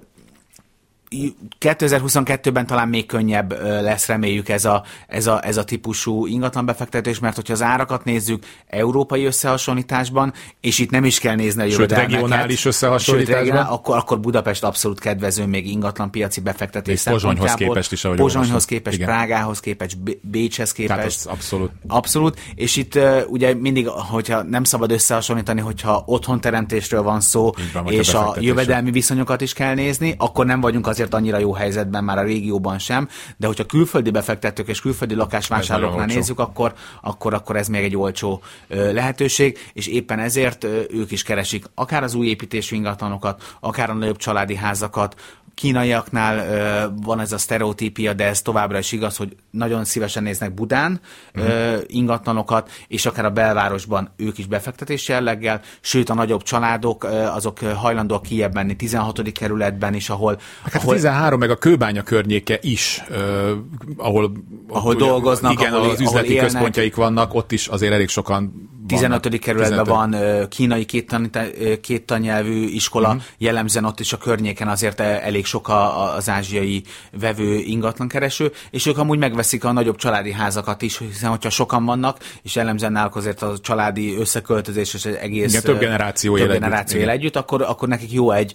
[SPEAKER 3] kétezer-huszonkettőben talán még könnyebb lesz, reméljük ez a, ez a, ez a típusú ingatlanbefektetés, mert hogyha az árakat nézzük európai összehasonlításban, és itt nem is kell nézni a jövedelmeket.
[SPEAKER 2] Sőt, regionális összehasonlításban. Sőt, regionál,
[SPEAKER 3] akkor, akkor Budapest abszolút kedvező még ingatlanpiaci befektetés szempontjából.
[SPEAKER 2] Pozsonyhoz képest is, ahogy
[SPEAKER 3] Pozsonyhoz képest, igen. Prágához képest, Bécshez képest.
[SPEAKER 2] Abszolút.
[SPEAKER 3] Abszolút. És itt uh, ugye mindig, hogyha nem szabad összehasonlítani, hogyha otthonteremtésről van szó, van, és a, a jövedelmi viszonyokat is kell nézni, akkor nem vagyunk az azért annyira jó helyzetben már a régióban sem, de hogyha külföldi befektetők és külföldi lakásvásárlóknál nézzük, akkor, akkor, akkor ez még egy olcsó ö, lehetőség, és éppen ezért ö, ők is keresik akár az új építésű ingatlanokat, akár a nagyobb családi házakat. Kínaiaknál ö, van ez a sztereotípia, de ez továbbra is igaz, hogy nagyon szívesen néznek Budán uh-huh. ö, ingatlanokat, és akár a belvárosban ők is befektetési jelleggel, sőt a nagyobb családok ö, azok hajlandóak kijebb menni tizenhatodik kerületben is, ahol...
[SPEAKER 2] Hát ahol tizenhárom meg a Kőbánya környéke is, ö, ahol,
[SPEAKER 3] ahol dolgoznak,
[SPEAKER 2] igen,
[SPEAKER 3] ahol,
[SPEAKER 2] az üzleti
[SPEAKER 3] ahol
[SPEAKER 2] központjaik vannak, ott is azért elég sokan
[SPEAKER 3] tizenötödik kerületben van uh, kínai két tannyelvű iskola, uh-huh. jellemzően ott is a környéken azért elég sok a, az ázsiai vevő ingatlankereső, és ők amúgy megveszik a nagyobb családi házakat is, hiszen hogyha sokan vannak, és jellemzően náluk azért a családi összeköltözés és az egész
[SPEAKER 2] igen, több generáció,
[SPEAKER 3] több
[SPEAKER 2] él,
[SPEAKER 3] generáció
[SPEAKER 2] együtt,
[SPEAKER 3] él együtt, akkor, akkor nekik jó egy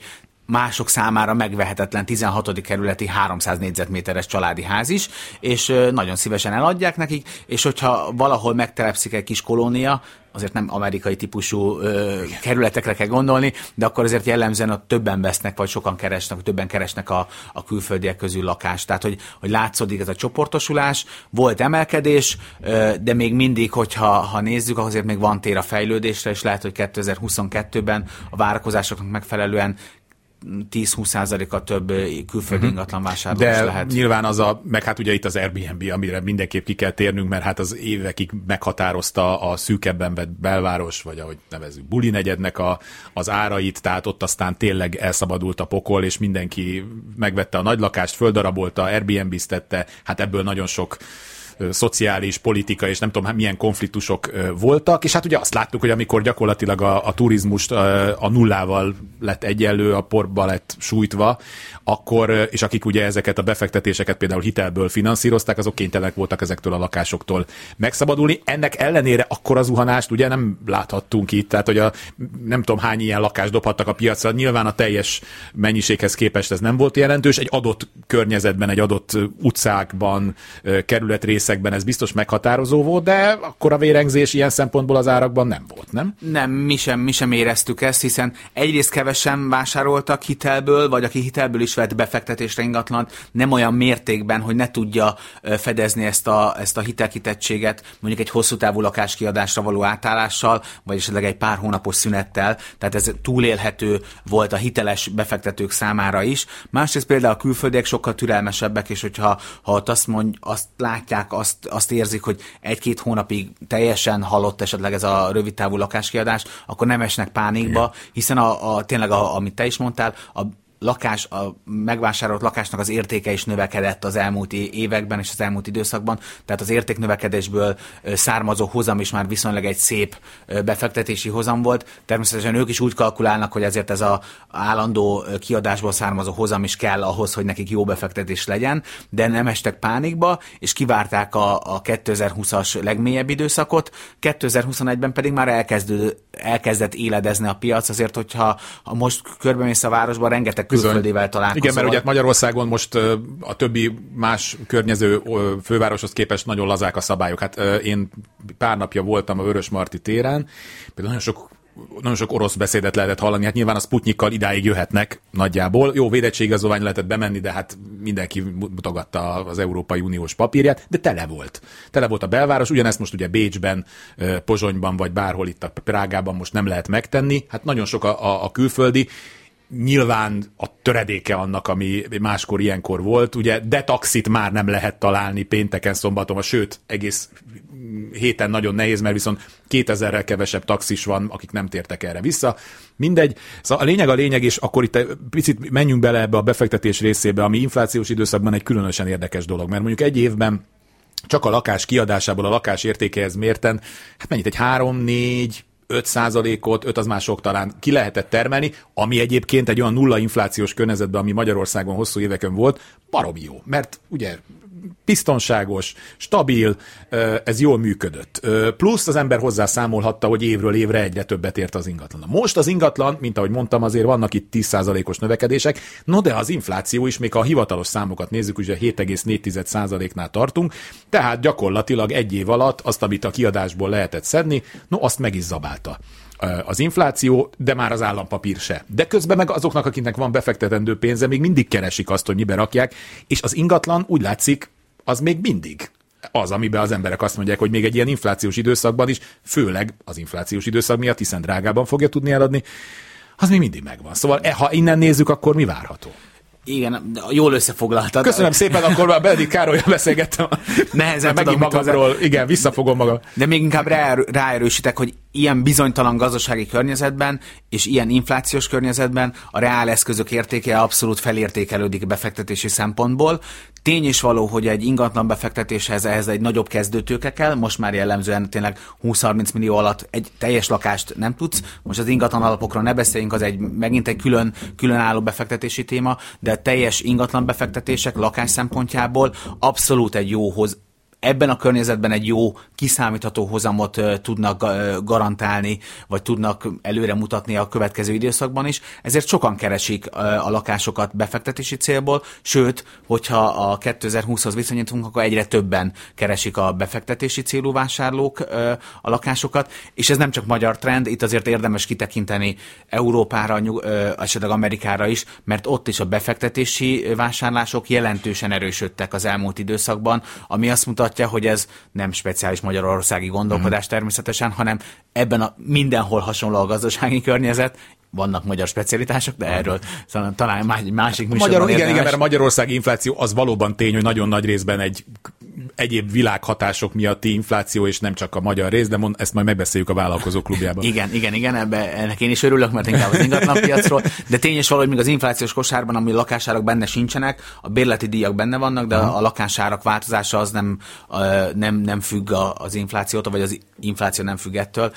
[SPEAKER 3] mások számára megvehetetlen tizenhatodik kerületi háromszáz négyzetméteres családi ház is, és nagyon szívesen eladják nekik, és hogyha valahol megtelepszik egy kis kolónia, azért nem amerikai típusú ö, kerületekre kell gondolni, de akkor azért jellemzően ott többen vesznek, vagy sokan keresnek, többen keresnek a, a külföldiek közül lakást. Tehát, hogy, hogy látszódik ez a csoportosulás, volt emelkedés, ö, de még mindig, hogyha ha nézzük, azért még van tér a fejlődésre, és lehet, hogy kétezer-huszonkettőben a várakozásoknak megfelelően tíz-húsz százaléka több külföldi ingatlan vásárló is lehet.
[SPEAKER 2] De nyilván az a, meg hát ugye itt az Airbnb, amire mindenképp ki kell térnünk, mert hát az évekig meghatározta a szűkebben vett belváros, vagy ahogy nevezzük, buli negyednek a, az árait, tehát ott aztán tényleg elszabadult a pokol, és mindenki megvette a nagy lakást, földarabolta, Airbnb-ztette, hát ebből nagyon sok szociális, politika és nem tudom milyen konfliktusok voltak, és hát ugye azt láttuk, hogy amikor gyakorlatilag a, a turizmust a, a nullával lett egyenlő, a porba lett sújtva, akkor, és akik ugye ezeket a befektetéseket például hitelből finanszírozták, azok kénytelenek voltak ezektől a lakásoktól megszabadulni. Ennek ellenére akkora zuhanást ugye nem láthattunk itt, tehát hogy a, nem tudom hány ilyen lakást dobhattak a piacra, nyilván a teljes mennyiséghez képest ez nem volt jelentős, egy adott környezetben, egy adott utcákban, kerületrészekben ez biztos meghatározó volt, de akkor a vérengzés ilyen szempontból az árakban nem volt, nem?
[SPEAKER 3] Nem, mi sem, mi sem éreztük ezt, hiszen egyrészt kevesen vásároltak hitelből, vagy aki hitelből is vett befektetésre ingatlant, nem olyan mértékben, hogy ne tudja fedezni ezt a, ezt a hitelkitettséget, mondjuk egy hosszú távú lakáskiadásra való átállással, vagy esetleg egy pár hónapos szünettel, tehát ez túlélhető volt a hiteles befektetők számára is. Másrészt például a külföldiek sokkal türelmesebbek, és hogyha ha azt, mond, azt látják, azt, azt érzik, hogy egy-két hónapig teljesen halott esetleg ez a rövidtávú lakáskiadás, akkor nem esnek pánikba, hiszen a, a, tényleg, a, amit te is mondtál, a lakás, a megvásárolt lakásnak az értéke is növekedett az elmúlt években és az elmúlt időszakban, tehát az értéknövekedésből származó hozam is már viszonylag egy szép befektetési hozam volt. Természetesen ők is úgy kalkulálnak, hogy ezért ez az állandó kiadásból származó hozam is kell ahhoz, hogy nekik jó befektetés legyen, de nem estek pánikba, és kivárták a, a kétezer-húszas legmélyebb időszakot, kétezer-huszonegyben pedig már elkezdő, elkezdett éledezni a piac, azért, hogyha ha most körbemész a városban, rengeteg külföldivel találkozol.
[SPEAKER 2] Igen, mert ugye Magyarországon most a többi más környező fővároshoz képest nagyon lazák a szabályok. Hát én pár napja voltam a Vörösmarty téren, például nagyon sok nagyon sok orosz beszédet lehetett hallani, hát nyilván a Sputnikkal idáig jöhetnek nagyjából. Jó, védettségigazolvány lehetett bemenni, de hát mindenki mutogatta az Európai Uniós papírját, de tele volt. Tele volt a belváros, ugyanezt most ugye Bécsben, Pozsonyban, vagy bárhol itt a Prágában most nem lehet megtenni. Hát nagyon sok a, a, a külföldi, nyilván a töredéke annak, ami máskor ilyenkor volt, ugye, de taxit már nem lehet találni pénteken, szombaton, sőt, egész héten nagyon nehéz, mert viszont kétezerrel kevesebb taxis van, akik nem tértek erre vissza. Mindegy. Szóval a lényeg a lényeg, és akkor itt picit menjünk bele ebbe a befektetés részébe, ami inflációs időszakban egy különösen érdekes dolog, mert mondjuk egy évben csak a lakás kiadásából a lakás értékehez mérten, hát mennyit, egy három, négy, öt százalékot, öt az már sok talán ki lehetett termelni, ami egyébként egy olyan nulla inflációs környezetben, ami Magyarországon hosszú éveken volt, baromi jó. Mert ugye biztonságos, stabil, ez jól működött. Plusz az ember hozzá számolhatta, hogy évről évre egyre többet ért az ingatlan. Most az ingatlan, mint ahogy mondtam, azért vannak itt tíz százalékos növekedések, no de az infláció is, még a hivatalos számokat nézzük, ugye hét egész négy százaléknál tartunk, tehát gyakorlatilag egy év alatt azt, amit a kiadásból lehetett szedni, no azt meg is zabálta az infláció, de már az állampapír se. De közben meg azoknak, akiknek van befektetendő pénze, még mindig keresik azt, hogy mibe rakják, és az ingatlan úgy látszik, az még mindig az, amiben az emberek azt mondják, hogy még egy ilyen inflációs időszakban is, főleg az inflációs időszak miatt, hiszen drágában fogja tudni eladni, az még mindig megvan. Szóval ha innen nézzük, akkor mi várható?
[SPEAKER 3] Igen, jól összefoglaltad.
[SPEAKER 2] Köszönöm szépen, akkor már Benedikt Károlyal beszélgettem.
[SPEAKER 3] Nehezen
[SPEAKER 2] megint magamról, igen, visszafogom magam.
[SPEAKER 3] De még inkább rá, ráerősítek, hogy ilyen bizonytalan gazdasági környezetben és ilyen inflációs környezetben a reál eszközök értéke abszolút felértékelődik befektetési szempontból. Tény is való, hogy egy ingatlan befektetéshez ehhez egy nagyobb kezdőtőke kell, most már jellemzően tényleg húsz-harminc millió alatt egy teljes lakást nem tudsz. Most az ingatlan alapokról ne beszéljünk, az egy megint egy külön, különálló befektetési téma, de a teljes ingatlan befektetések lakás szempontjából abszolút egy jóhoz ebben a környezetben egy jó, kiszámítható hozamot tudnak garantálni, vagy tudnak előre mutatni a következő időszakban is, ezért sokan keresik a lakásokat befektetési célból, sőt, hogyha a kétezer-húszhoz viszonyítunk, akkor egyre többen keresik a befektetési célú vásárlók a lakásokat, és ez nem csak magyar trend, itt azért érdemes kitekinteni Európára, esetleg Amerikára is, mert ott is a befektetési vásárlások jelentősen erősödtek az elmúlt időszakban, ami azt mutatja, hogy ez nem speciális magyarországi gondolkodás természetesen, hanem ebben a mindenhol hasonló a gazdasági környezet. Vannak magyar specialitások, de erről szóval talán más, másik műsorban
[SPEAKER 2] Magyarul, igen,
[SPEAKER 3] érdemes.
[SPEAKER 2] igen, mert a magyarországi infláció az valóban tény, hogy nagyon nagy részben egy egyéb világhatások miatti infláció, és nem csak a magyar rész, de mond, ezt majd megbeszéljük a vállalkozók klubjában.
[SPEAKER 3] Igen, igen, igen, ebbe, ennek én is örülök, mert inkább az ingatlanpiacról, de tényes valahogy még az inflációs kosárban, ami lakásárak benne sincsenek, a bérleti díjak benne vannak, de a lakásárak változása az nem, nem, nem függ az inflációtól, vagy az infláció nem függ ettől,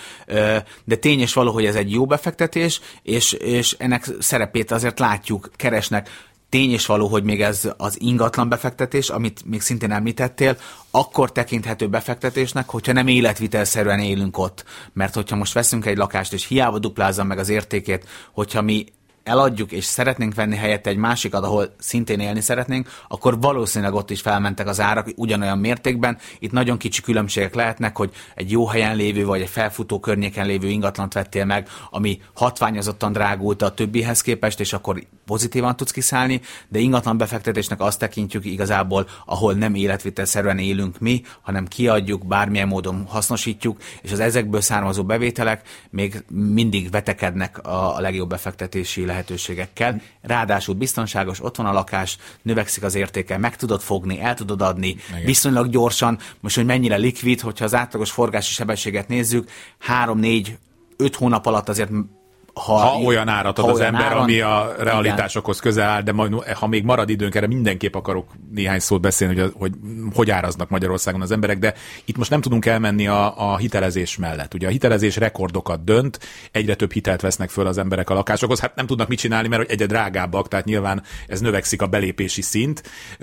[SPEAKER 3] de tényes valahogy ez egy jó befektetés, és, és ennek szerepét azért látjuk, keresnek. Tény és való, hogy még ez az ingatlan befektetés, amit még szintén említettél, akkor tekinthető befektetésnek, hogyha nem életvitelszerűen élünk ott. Mert hogyha most veszünk egy lakást, és hiába duplázza meg az értékét, hogyha mi eladjuk, és szeretnénk venni helyette egy másikat, ahol szintén élni szeretnénk, akkor valószínűleg ott is felmentek az árak ugyanolyan mértékben. Itt nagyon kicsi különbségek lehetnek, hogy egy jó helyen lévő, vagy egy felfutó környéken lévő ingatlant vettél meg, ami hatványozottan drágult a többihez képest, és akkor pozitívan tudsz kiszállni, de ingatlan befektetésnek azt tekintjük igazából, ahol nem életvitelszerűen élünk mi, hanem kiadjuk, bármilyen módon hasznosítjuk, és az ezekből származó bevételek még mindig vetekednek a legjobb befektetési lehetőségekkel. Ráadásul biztonságos, ott van a lakás, növekszik az értéke, meg tudod fogni, el tudod adni, igen. Viszonylag gyorsan, most, hogy mennyire likvid, hogyha az átlagos forgási sebességet nézzük, három, négy, öt hónap alatt azért
[SPEAKER 2] Ha, ha olyan árat ad az ember, áron, ami a realitásokhoz igen. közel áll, de majd, ha még marad időnk, erre mindenképp akarok néhány szót beszélni, hogy, hogy hogy áraznak Magyarországon az emberek, de itt most nem tudunk elmenni a, a hitelezés mellett. Ugye a hitelezés rekordokat dönt, egyre több hitelt vesznek föl az emberek a lakásokhoz, hát nem tudnak mit csinálni, mert egyre drágábbak, tehát nyilván ez növekszik a belépési szint.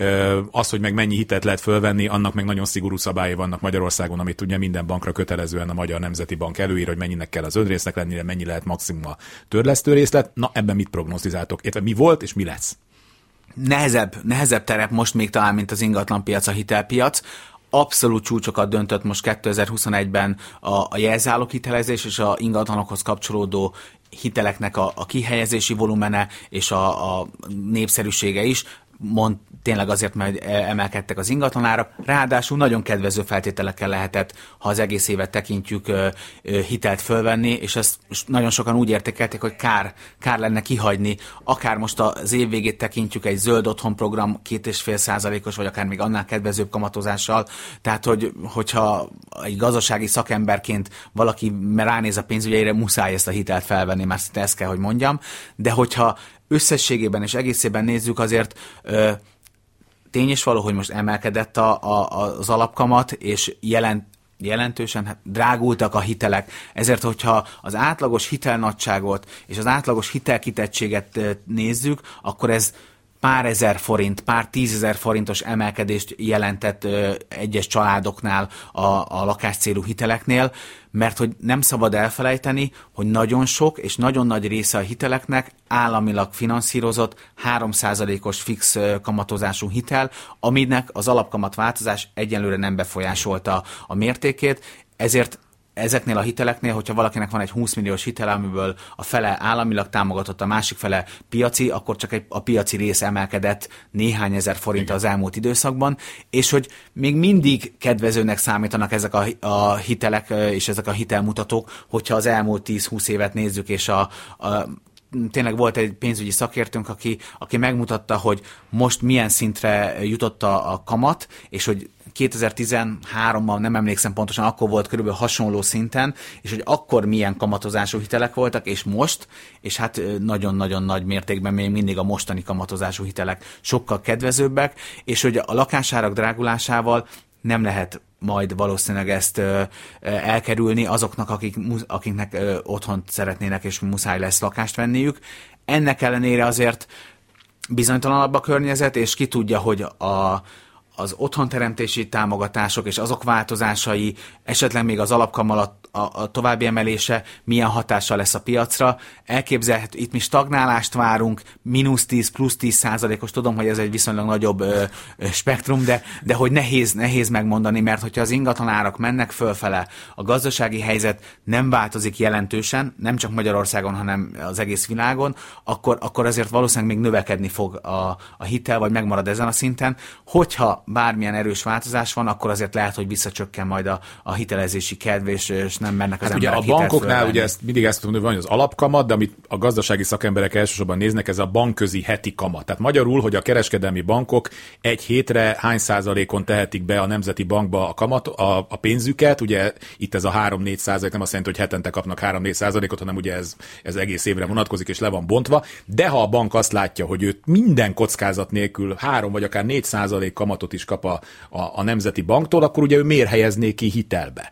[SPEAKER 2] Az, hogy meg mennyi hitelt lehet fölvenni, annak meg nagyon szigorú szabályai vannak Magyarországon, amit ugye minden bankra kötelezően a Magyar Nemzeti Bank előír, hogy mennyinek kell az önrésznek lennie, mennyi lehet maximum a törlesztő részlet. Na, ebben mit prognosztizáltok? Értve mi volt és mi lesz?
[SPEAKER 3] Nehezebb, nehezebb terep most még talán, mint az ingatlanpiac, a hitelpiac. Abszolút csúcsokat döntött most kétezer-huszonegyben a, a jelzálog hitelezés és a ingatlanokhoz kapcsolódó hiteleknek a, a kihelyezési volumene és a, a népszerűsége is. Mond, tényleg azért, mert emelkedtek az ingatlanárak, ráadásul nagyon kedvező feltételekkel lehetett, ha az egész évet tekintjük, hitelt fölvenni, és ezt nagyon sokan úgy értékelték, hogy kár, kár lenne kihagyni. Akár most az év végét tekintjük egy zöld otthon program két és fél százalékos, vagy akár még annál kedvezőbb kamatozással. Tehát, hogy, hogyha egy gazdasági szakemberként valaki ránéz a pénzügyeire, muszáj ezt a hitelt felvenni, már szinte ezt kell, hogy mondjam. De hogyha összességében és egészében nézzük, azért ö, tény és való, hogy most emelkedett a, a, az alapkamat, és jelent, jelentősen hát drágultak a hitelek. Ezért, hogyha az átlagos hitelnagyságot és az átlagos hitelkitettséget nézzük, akkor ez pár ezer forint, pár tízezer forintos emelkedést jelentett ö, egyes családoknál a, a lakáscélú hiteleknél, mert hogy nem szabad elfelejteni, hogy nagyon sok és nagyon nagy része a hiteleknek államilag finanszírozott három százalékos fix kamatozású hitel, aminek az alapkamat változás egyenlőre nem befolyásolta a mértékét, ezért ezeknél a hiteleknél, hogyha valakinek van egy húsz milliós hitel, amiből a fele államilag támogatott, a másik fele piaci, akkor csak egy, a piaci rész emelkedett néhány ezer forint az elmúlt időszakban, és hogy még mindig kedvezőnek számítanak ezek a, a hitelek és ezek a hitelmutatók, hogyha az elmúlt tíz-húsz évet nézzük, és a, a tényleg volt egy pénzügyi szakértőnk, aki, aki megmutatta, hogy most milyen szintre jutott a, a kamat, és hogy kétezer-tizenháromban, nem emlékszem pontosan, akkor volt körülbelül hasonló szinten, és hogy akkor milyen kamatozású hitelek voltak, és most, és hát nagyon-nagyon nagy mértékben még mindig a mostani kamatozású hitelek sokkal kedvezőbbek, és hogy a lakásárak drágulásával nem lehet majd valószínűleg ezt ö, ö, elkerülni azoknak, akik, akiknek ö, otthont szeretnének, és muszáj lesz lakást venniük. Ennek ellenére azért bizonytalanabb a környezet, és ki tudja, hogy a az otthonteremtési támogatások és azok változásai, esetleg még az alapkamat a, a további emelése milyen hatással lesz a piacra. Elképzelhető, itt mi stagnálást várunk, mínusz tíz, plusz tíz százalékos, tudom, hogy ez egy viszonylag nagyobb ö, ö, spektrum, de, de hogy nehéz, nehéz megmondani, mert hogyha az ingatlanárak mennek fölfele, a gazdasági helyzet nem változik jelentősen, nem csak Magyarországon, hanem az egész világon, akkor, akkor azért valószínűleg még növekedni fog a, a hitel, vagy megmarad ezen a szinten. Hogyha bármilyen erős változás van, akkor azért lehet, hogy visszacsökken majd a, a hitelezési kedv, és, és nem mennek az
[SPEAKER 2] hát
[SPEAKER 3] emberek
[SPEAKER 2] ugye a bankoknál ugye ezt, mindig ezt tudom, hogy van az alapkamat, de amit a gazdasági szakemberek elsősorban néznek, ez a bankközi heti kamat. Tehát magyarul, hogy a kereskedelmi bankok egy hétre hány százalékon tehetik be a Nemzeti Bankba a kamat, a, a pénzüket, ugye itt ez a három-négy százalék, nem azt jelenti, hogy hetente kapnak három-négy százalékot, hanem ugye ez, ez egész évre vonatkozik, és le van bontva, de ha a bank azt látja, hogy őt minden kockázat nélkül három vagy akár négy százalék kamatot is kap a, a, a Nemzeti Banktól, akkor ugye ő miért helyezné ki hitelbe?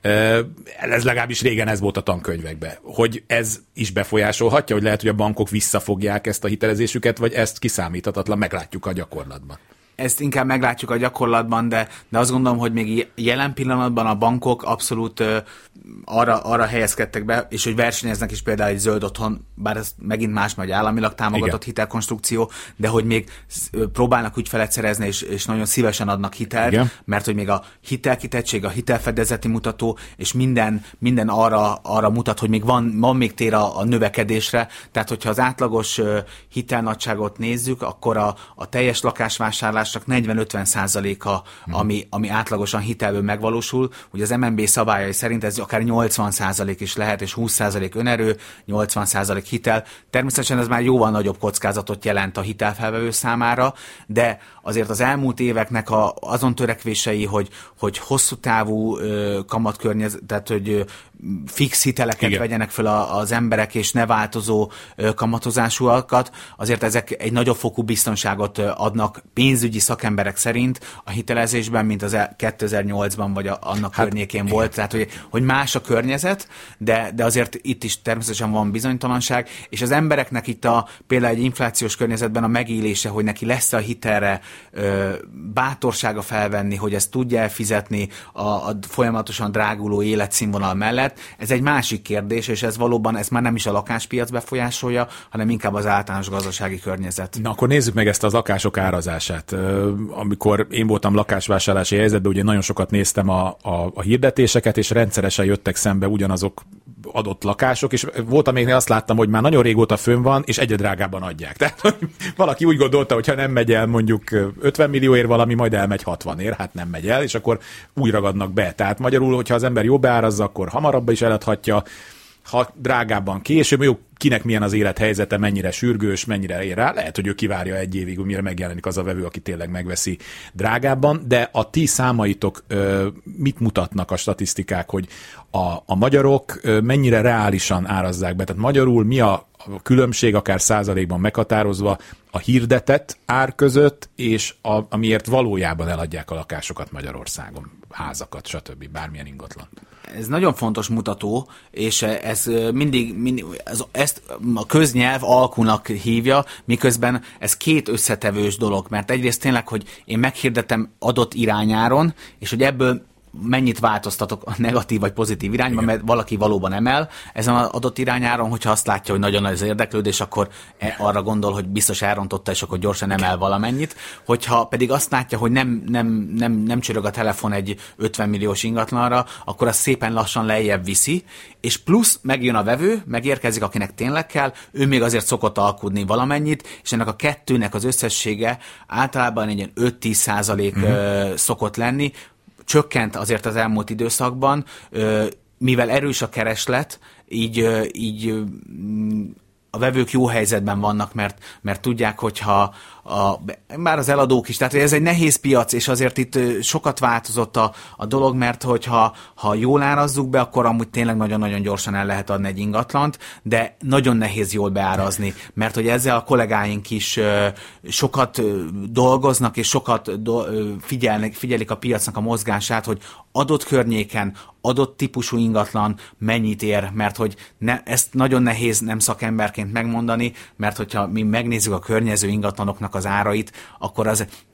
[SPEAKER 2] Ez legalábbis régen ez volt a tankönyvekben. Hogy ez is befolyásolhatja, hogy lehet, hogy a bankok visszafogják ezt a hitelezésüket, vagy ezt kiszámíthatatlan, meglátjuk a gyakorlatban.
[SPEAKER 3] Ezt inkább meglátjuk a gyakorlatban, de, de azt gondolom, hogy még jelen pillanatban a bankok abszolút uh, arra, arra helyezkedtek be, és hogy versenyeznek is például egy zöld otthon, bár ez megint más, vagy államilag támogatott igen. hitelkonstrukció, de hogy még próbálnak ügyfelet szerezni, és, és nagyon szívesen adnak hitelt, igen. mert hogy még a hitelkitettség, a hitelfedezeti mutató, és minden, minden arra, arra mutat, hogy még van, van még tér a, a növekedésre, tehát hogyha az átlagos uh, hitelnagyságot nézzük, akkor a, a teljes lakásvásárlás csak negyven-ötven százaléka, ami, ami átlagosan hitelből megvalósul. Ugye az em en bé szabályai szerint ez akár nyolcvan százalék is lehet, és húsz százalék önerő, nyolcvan százalék hitel. Természetesen ez már jóval nagyobb kockázatot jelent a hitelfelvevő számára, de azért az elmúlt éveknek a, azon törekvései, hogy, hogy hosszú távú ö, kamatkörnyezet, tehát hogy ö, fix hiteleket igen. vegyenek fel a, az emberek, és ne változó ö, kamatozásúakat, azért ezek egy nagyobb fokú biztonságot ö, adnak pénzügyi szakemberek szerint a hitelezésben, mint az kétezer-nyolcban vagy a, annak hát, környékén volt. Tehát, hogy, hogy más a környezet, de, de azért itt is természetesen van bizonytalanság, és az embereknek itt a, például egy inflációs környezetben a megélése, hogy neki lesz a hitelre ö, bátorsága felvenni, hogy ezt tudja elfizetni a, a folyamatosan dráguló életszínvonal mellett, ez egy másik kérdés, és ez valóban, ez már nem is a lakáspiac befolyásolja, hanem inkább az általános gazdasági környezet.
[SPEAKER 2] Na akkor nézzük meg ezt az lakások árazását. Amikor én voltam lakásvásárlási helyzetben, ugye nagyon sokat néztem a, a, a hirdetéseket, és rendszeresen jöttek szembe ugyanazok adott lakások, és volt, amiknél azt láttam, hogy már nagyon régóta fönn van, és egyre drágában adják. Tehát valaki úgy gondolta, hogy ha nem megy el mondjuk ötven millióért valami, majd elmegy hatvanért, hát nem megy el, és akkor úgy ragadnak be. Tehát magyarul, hogyha az ember jobb beárazza, akkor hamarabb is eladhatja, ha drágábban később, jó, kinek milyen az élethelyzete, mennyire sürgős, mennyire ér rá, lehet, hogy ő kivárja egy évig, mire megjelenik az a vevő, aki tényleg megveszi drágábban, de a ti számaitok ö, mit mutatnak a statisztikák, hogy a, a magyarok ö, mennyire reálisan árazzák be, tehát magyarul mi a a különbség, akár százalékban meghatározva a hirdetett ár között, és a, amiért valójában eladják a lakásokat Magyarországon, házakat, stb. Bármilyen ingatlan.
[SPEAKER 3] Ez nagyon fontos mutató, és ez mindig, mindig ez, ezt a köznyelv alkunak hívja, miközben ez két összetevős dolog, mert egyrészt tényleg, hogy én meghirdetem adott irányáron, és hogy ebből mennyit változtatok a negatív vagy pozitív irányba, igen. mert valaki valóban emel ezen az adott irányáron, hogyha azt látja, hogy nagyon nagy az érdeklődés, akkor arra gondol, hogy biztos elrontotta, és akkor gyorsan emel valamennyit. Hogyha pedig azt látja, hogy nem, nem, nem, nem csörög a telefon egy ötven milliós ingatlanra, akkor az szépen lassan lejjebb viszi, és plusz megjön a vevő, megérkezik, akinek tényleg kell, ő még azért szokott alkudni valamennyit, és ennek a kettőnek az összessége általában egy ilyen öt-tíz százalék uh-huh. szokott lenni, csökkent azért az elmúlt időszakban, mivel erős a kereslet, így, így a vevők jó helyzetben vannak, mert, mert tudják, hogyha a, már az eladók is, tehát ez egy nehéz piac, és azért itt sokat változott a, a dolog, mert hogyha ha jól árazzuk be, akkor amúgy tényleg nagyon-nagyon gyorsan el lehet adni egy ingatlant, de nagyon nehéz jól beárazni, mert hogy ezzel a kollégáink is sokat dolgoznak, és sokat do, figyelnek, figyelik a piacnak a mozgását, hogy adott környéken, adott típusú ingatlan mennyit ér, mert hogy ne, ezt nagyon nehéz nem szakemberként megmondani, mert hogyha mi megnézzük a környező ingatlanoknak az árait, akkor az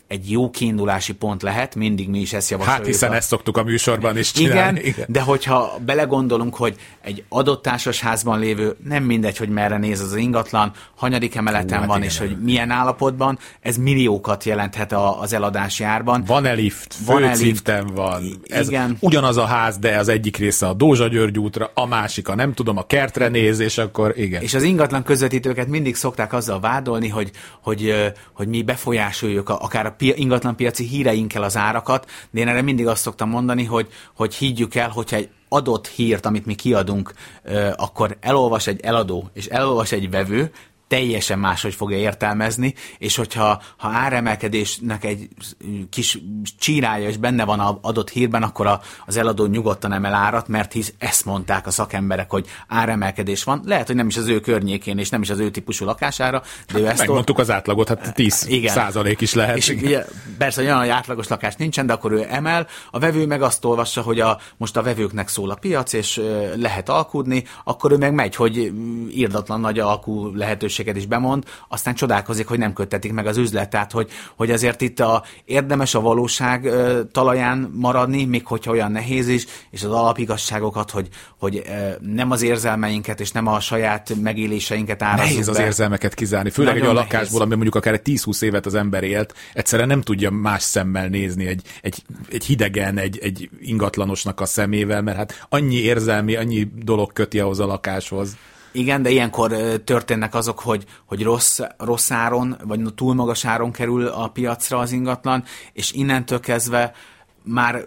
[SPEAKER 3] egy jó kiindulási pont lehet, mindig mi is ezt javasoljuk.
[SPEAKER 2] Hát hiszen
[SPEAKER 3] a...
[SPEAKER 2] ezt szoktuk a műsorban is csinálni.
[SPEAKER 3] Igen, igen, de hogyha belegondolunk, hogy egy adott társasházban lévő, nem mindegy, hogy merre néz az ingatlan, hanyadik emeleten Hú, hát van, igen, és hogy milyen állapotban, ez milliókat jelenthet a, az eladási árban.
[SPEAKER 2] Van-e lift? Földszinten van. Ez igen. Ugyanaz a ház, de az egyik része a Dózsa György útra, a másik a nem tudom, a kertre néz, és akkor igen.
[SPEAKER 3] És az ingatlan közvetítőket mindig szokták azzal vádolni, hogy, hogy, hogy mi befolyásoljuk a, akár a pi, ingatlan piaci híreinkkel az árakat, de én erre mindig azt szoktam mondani, hogy, hogy higgyük el, hogyha egy adott hírt, amit mi kiadunk, akkor elolvas egy eladó, és elolvas egy vevő, teljesen máshogy fogja értelmezni, és hogyha ha áremelkedésnek egy kis csírája is benne van az adott hírben, akkor a, az eladó nyugodtan emel árat, mert hisz ezt mondták a szakemberek, hogy áremelkedés van. Lehet, hogy nem is az ő környékén, és nem is az ő típusú lakására, de
[SPEAKER 2] hát
[SPEAKER 3] ő ezt
[SPEAKER 2] megmondtuk az átlagot, hát tíz százalék is lehet.
[SPEAKER 3] És ugye, persze, hogy olyan, hogy átlagos lakás nincsen, de akkor ő emel, a vevő meg azt olvassa, hogy a, most a vevőknek szól a piac, és lehet alkudni, akkor ő meg megy, hogy irdatlan nagy alkú lehetőség is bemond, aztán csodálkozik, hogy nem köttetik meg az üzlet, tehát hogy, hogy azért itt a, érdemes a valóság ö, talaján maradni, még hogyha olyan nehéz is, és az alapigazságokat, hogy, hogy ö, nem az érzelmeinket, és nem a saját megéléseinket árazzuk
[SPEAKER 2] Nehéz be. Az érzelmeket kizárni, főleg egy olyan lakásból, ami mondjuk akár egy tíz-húsz évet az ember élt, egyszerűen nem tudja más szemmel nézni egy, egy, egy hidegen, egy, egy ingatlanosnak a szemével, mert hát annyi érzelmi, annyi dolog köti ahhoz a lakáshoz.
[SPEAKER 3] Igen, de ilyenkor történnek azok, hogy, hogy rossz, rossz áron, vagy túl magas áron kerül a piacra az ingatlan, és innentől kezdve már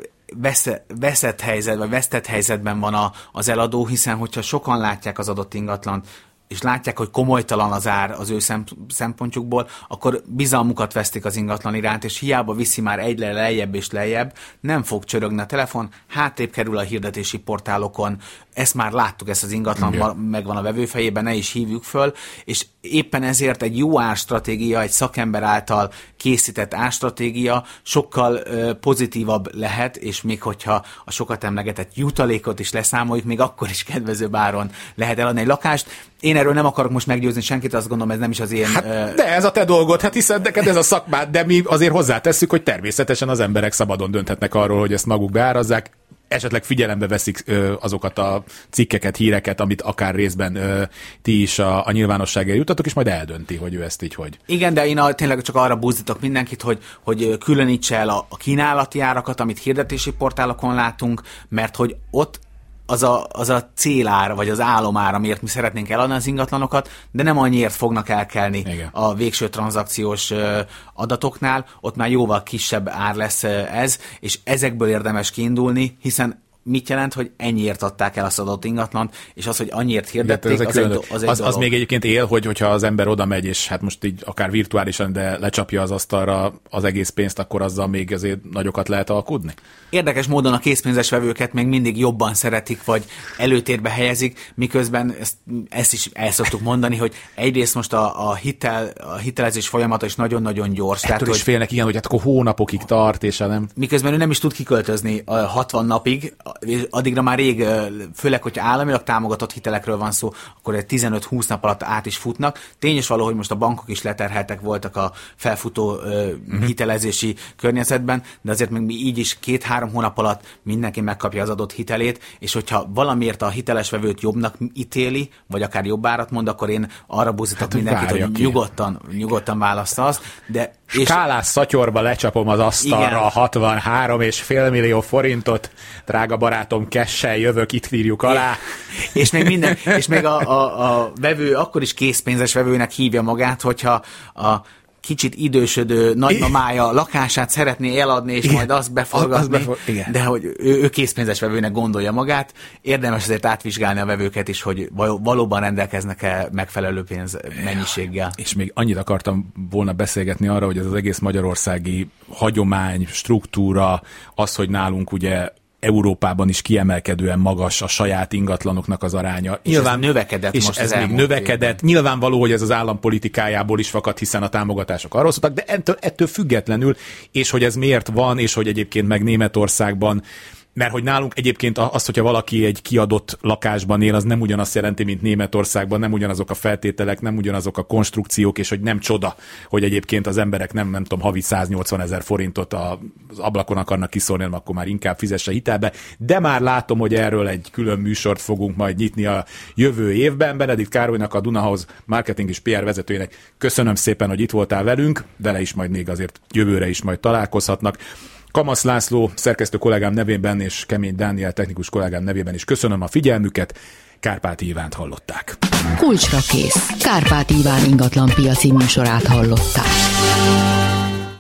[SPEAKER 3] veszett helyzet, vagy vesztett helyzetben van a, az eladó, hiszen hogyha sokan látják az adott ingatlant, és látják, hogy komolytalan az ár az ő szempontjukból, akkor bizalmukat vesztik az ingatlan iránt, és hiába viszi már egyre lejjebb és lejjebb, nem fog csörögni a telefon, hátrébb kerül a hirdetési portálokon, ezt már láttuk, ezt az ingatlan igen. megvan a vevő fejében, ne is hívjuk föl, és éppen ezért egy jó árstratégia, egy szakember által készített árstratégia sokkal ö, pozitívabb lehet, és még hogyha a sokat emlegetett jutalékot is leszámoljuk, még akkor is kedvezőbb áron lehet eladni egy lakást. Én erről nem akarok most meggyőzni senkit, azt gondolom, ez nem is az én...
[SPEAKER 2] Hát, ö... De ez a te dolgod, hát hiszen neked ez a szakmád, de mi azért hozzátesszük, hogy természetesen az emberek szabadon dönthetnek arról, hogy ezt maguk beárazzák, esetleg figyelembe veszik ö, azokat a cikkeket, híreket, amit akár részben ö, ti is a, a nyilvánosságra jutatok, és majd eldönti, hogy ő ezt így hogy.
[SPEAKER 3] Igen, de én a, tényleg csak arra buzdítok mindenkit, hogy, hogy különítse el a, a kínálati árakat, amit hirdetési portálokon látunk, mert hogy ott az a, az a célár, vagy az álomár, amiért mi szeretnénk eladni az ingatlanokat, de nem annyiért fognak elkelni igen. a végső tranzakciós adatoknál, ott már jóval kisebb ár lesz ez, és ezekből érdemes kiindulni, hiszen mit jelent, hogy ennyiért adták el azt adott ingatlant, és az, hogy annyiért hirdették, az, egy, az, egy
[SPEAKER 2] az, az még egyébként él, hogy, hogyha az ember oda megy, és hát most így akár virtuálisan, de lecsapja az asztalra az egész pénzt, akkor azzal még azért nagyokat lehet alkudni?
[SPEAKER 3] Érdekes módon a készpénzes vevőket még mindig jobban szeretik, vagy előtérbe helyezik, miközben ezt, ezt is el szoktuk mondani, hogy egyrészt most a, a, hitel, a hitelezés folyamata is nagyon-nagyon gyors.
[SPEAKER 2] Ettől tehát, is hogy félnek, igen, hogy hát akkor hónapokig tart, és nem...
[SPEAKER 3] Miközben ő nem is tud kiköltözni hatvan napig, addigra már rég, főleg, hogyha államilag támogatott hitelekről van szó, akkor egy tizenöt-húsz nap alatt át is futnak. Tényes való, hogy most a bankok is leterheltek voltak a felfutó uh-huh. hitelezési környezetben, de azért még mi így is két-három hónap alatt mindenki megkapja az adott hitelét, és hogyha valamiért a hiteles vevőt jobbnak ítéli, vagy akár jobb árat mond, akkor én arra buzdítok hát, mindenkit, hogy ki. nyugodtan, nyugodtan válassza azt. De
[SPEAKER 2] skálás szatyorba lecsapom az asztalra igen. hatvanhárom és fél millió forintot, drága barátom, kessel jövök, itt írjuk alá.
[SPEAKER 3] És még minden, és még a, a, a vevő akkor is készpénzes vevőnek hívja magát, hogyha a kicsit idősödő nagymamája lakását szeretné eladni, és igen. majd azt beforgatni, az befor- de hogy ő, ő készpénzes vevőnek gondolja magát. Érdemes azért átvizsgálni a vevőket is, hogy valóban rendelkeznek-e megfelelő pénz mennyiséggel.
[SPEAKER 2] És még annyit akartam volna beszélgetni arra, hogy ez az egész magyarországi hagyomány, struktúra, az, hogy nálunk ugye Európában is kiemelkedően magas a saját ingatlanoknak az aránya.
[SPEAKER 3] És nyilván, ez növekedett
[SPEAKER 2] és
[SPEAKER 3] most
[SPEAKER 2] ez még növekedett. Évben. Nyilvánvaló, hogy ez az állam politikájából is fakad, hiszen a támogatások arról szóltak, de ettől, ettől függetlenül, és hogy ez miért van, és hogy egyébként meg Németországban Mert hogy nálunk egyébként az, hogyha valaki egy kiadott lakásban él, az nem ugyanazt jelenti, mint Németországban, nem ugyanazok a feltételek, nem ugyanazok a konstrukciók, és hogy nem csoda, hogy egyébként az emberek nem, nem tudom, havi száznyolcvan ezer forintot az ablakon akarnak kiszólni, hanem akkor már inkább fizesse hitelbe. De már látom, hogy erről egy külön műsort fogunk majd nyitni a jövő évben. Benedikt Károlynak, a Dunahouse marketing és pé er vezetőjének köszönöm szépen, hogy itt voltál velünk, vele is majd még azért jövőre is majd találkozhatnak. Kamasz László szerkesztő kollégám nevében és Kemény Dániel technikus kollégám nevében is köszönöm a figyelmüket. Kárpáti Ivánt hallották.
[SPEAKER 1] Kulcsra kész. Kárpáti Iván ingatlan piaci műsorát hallották.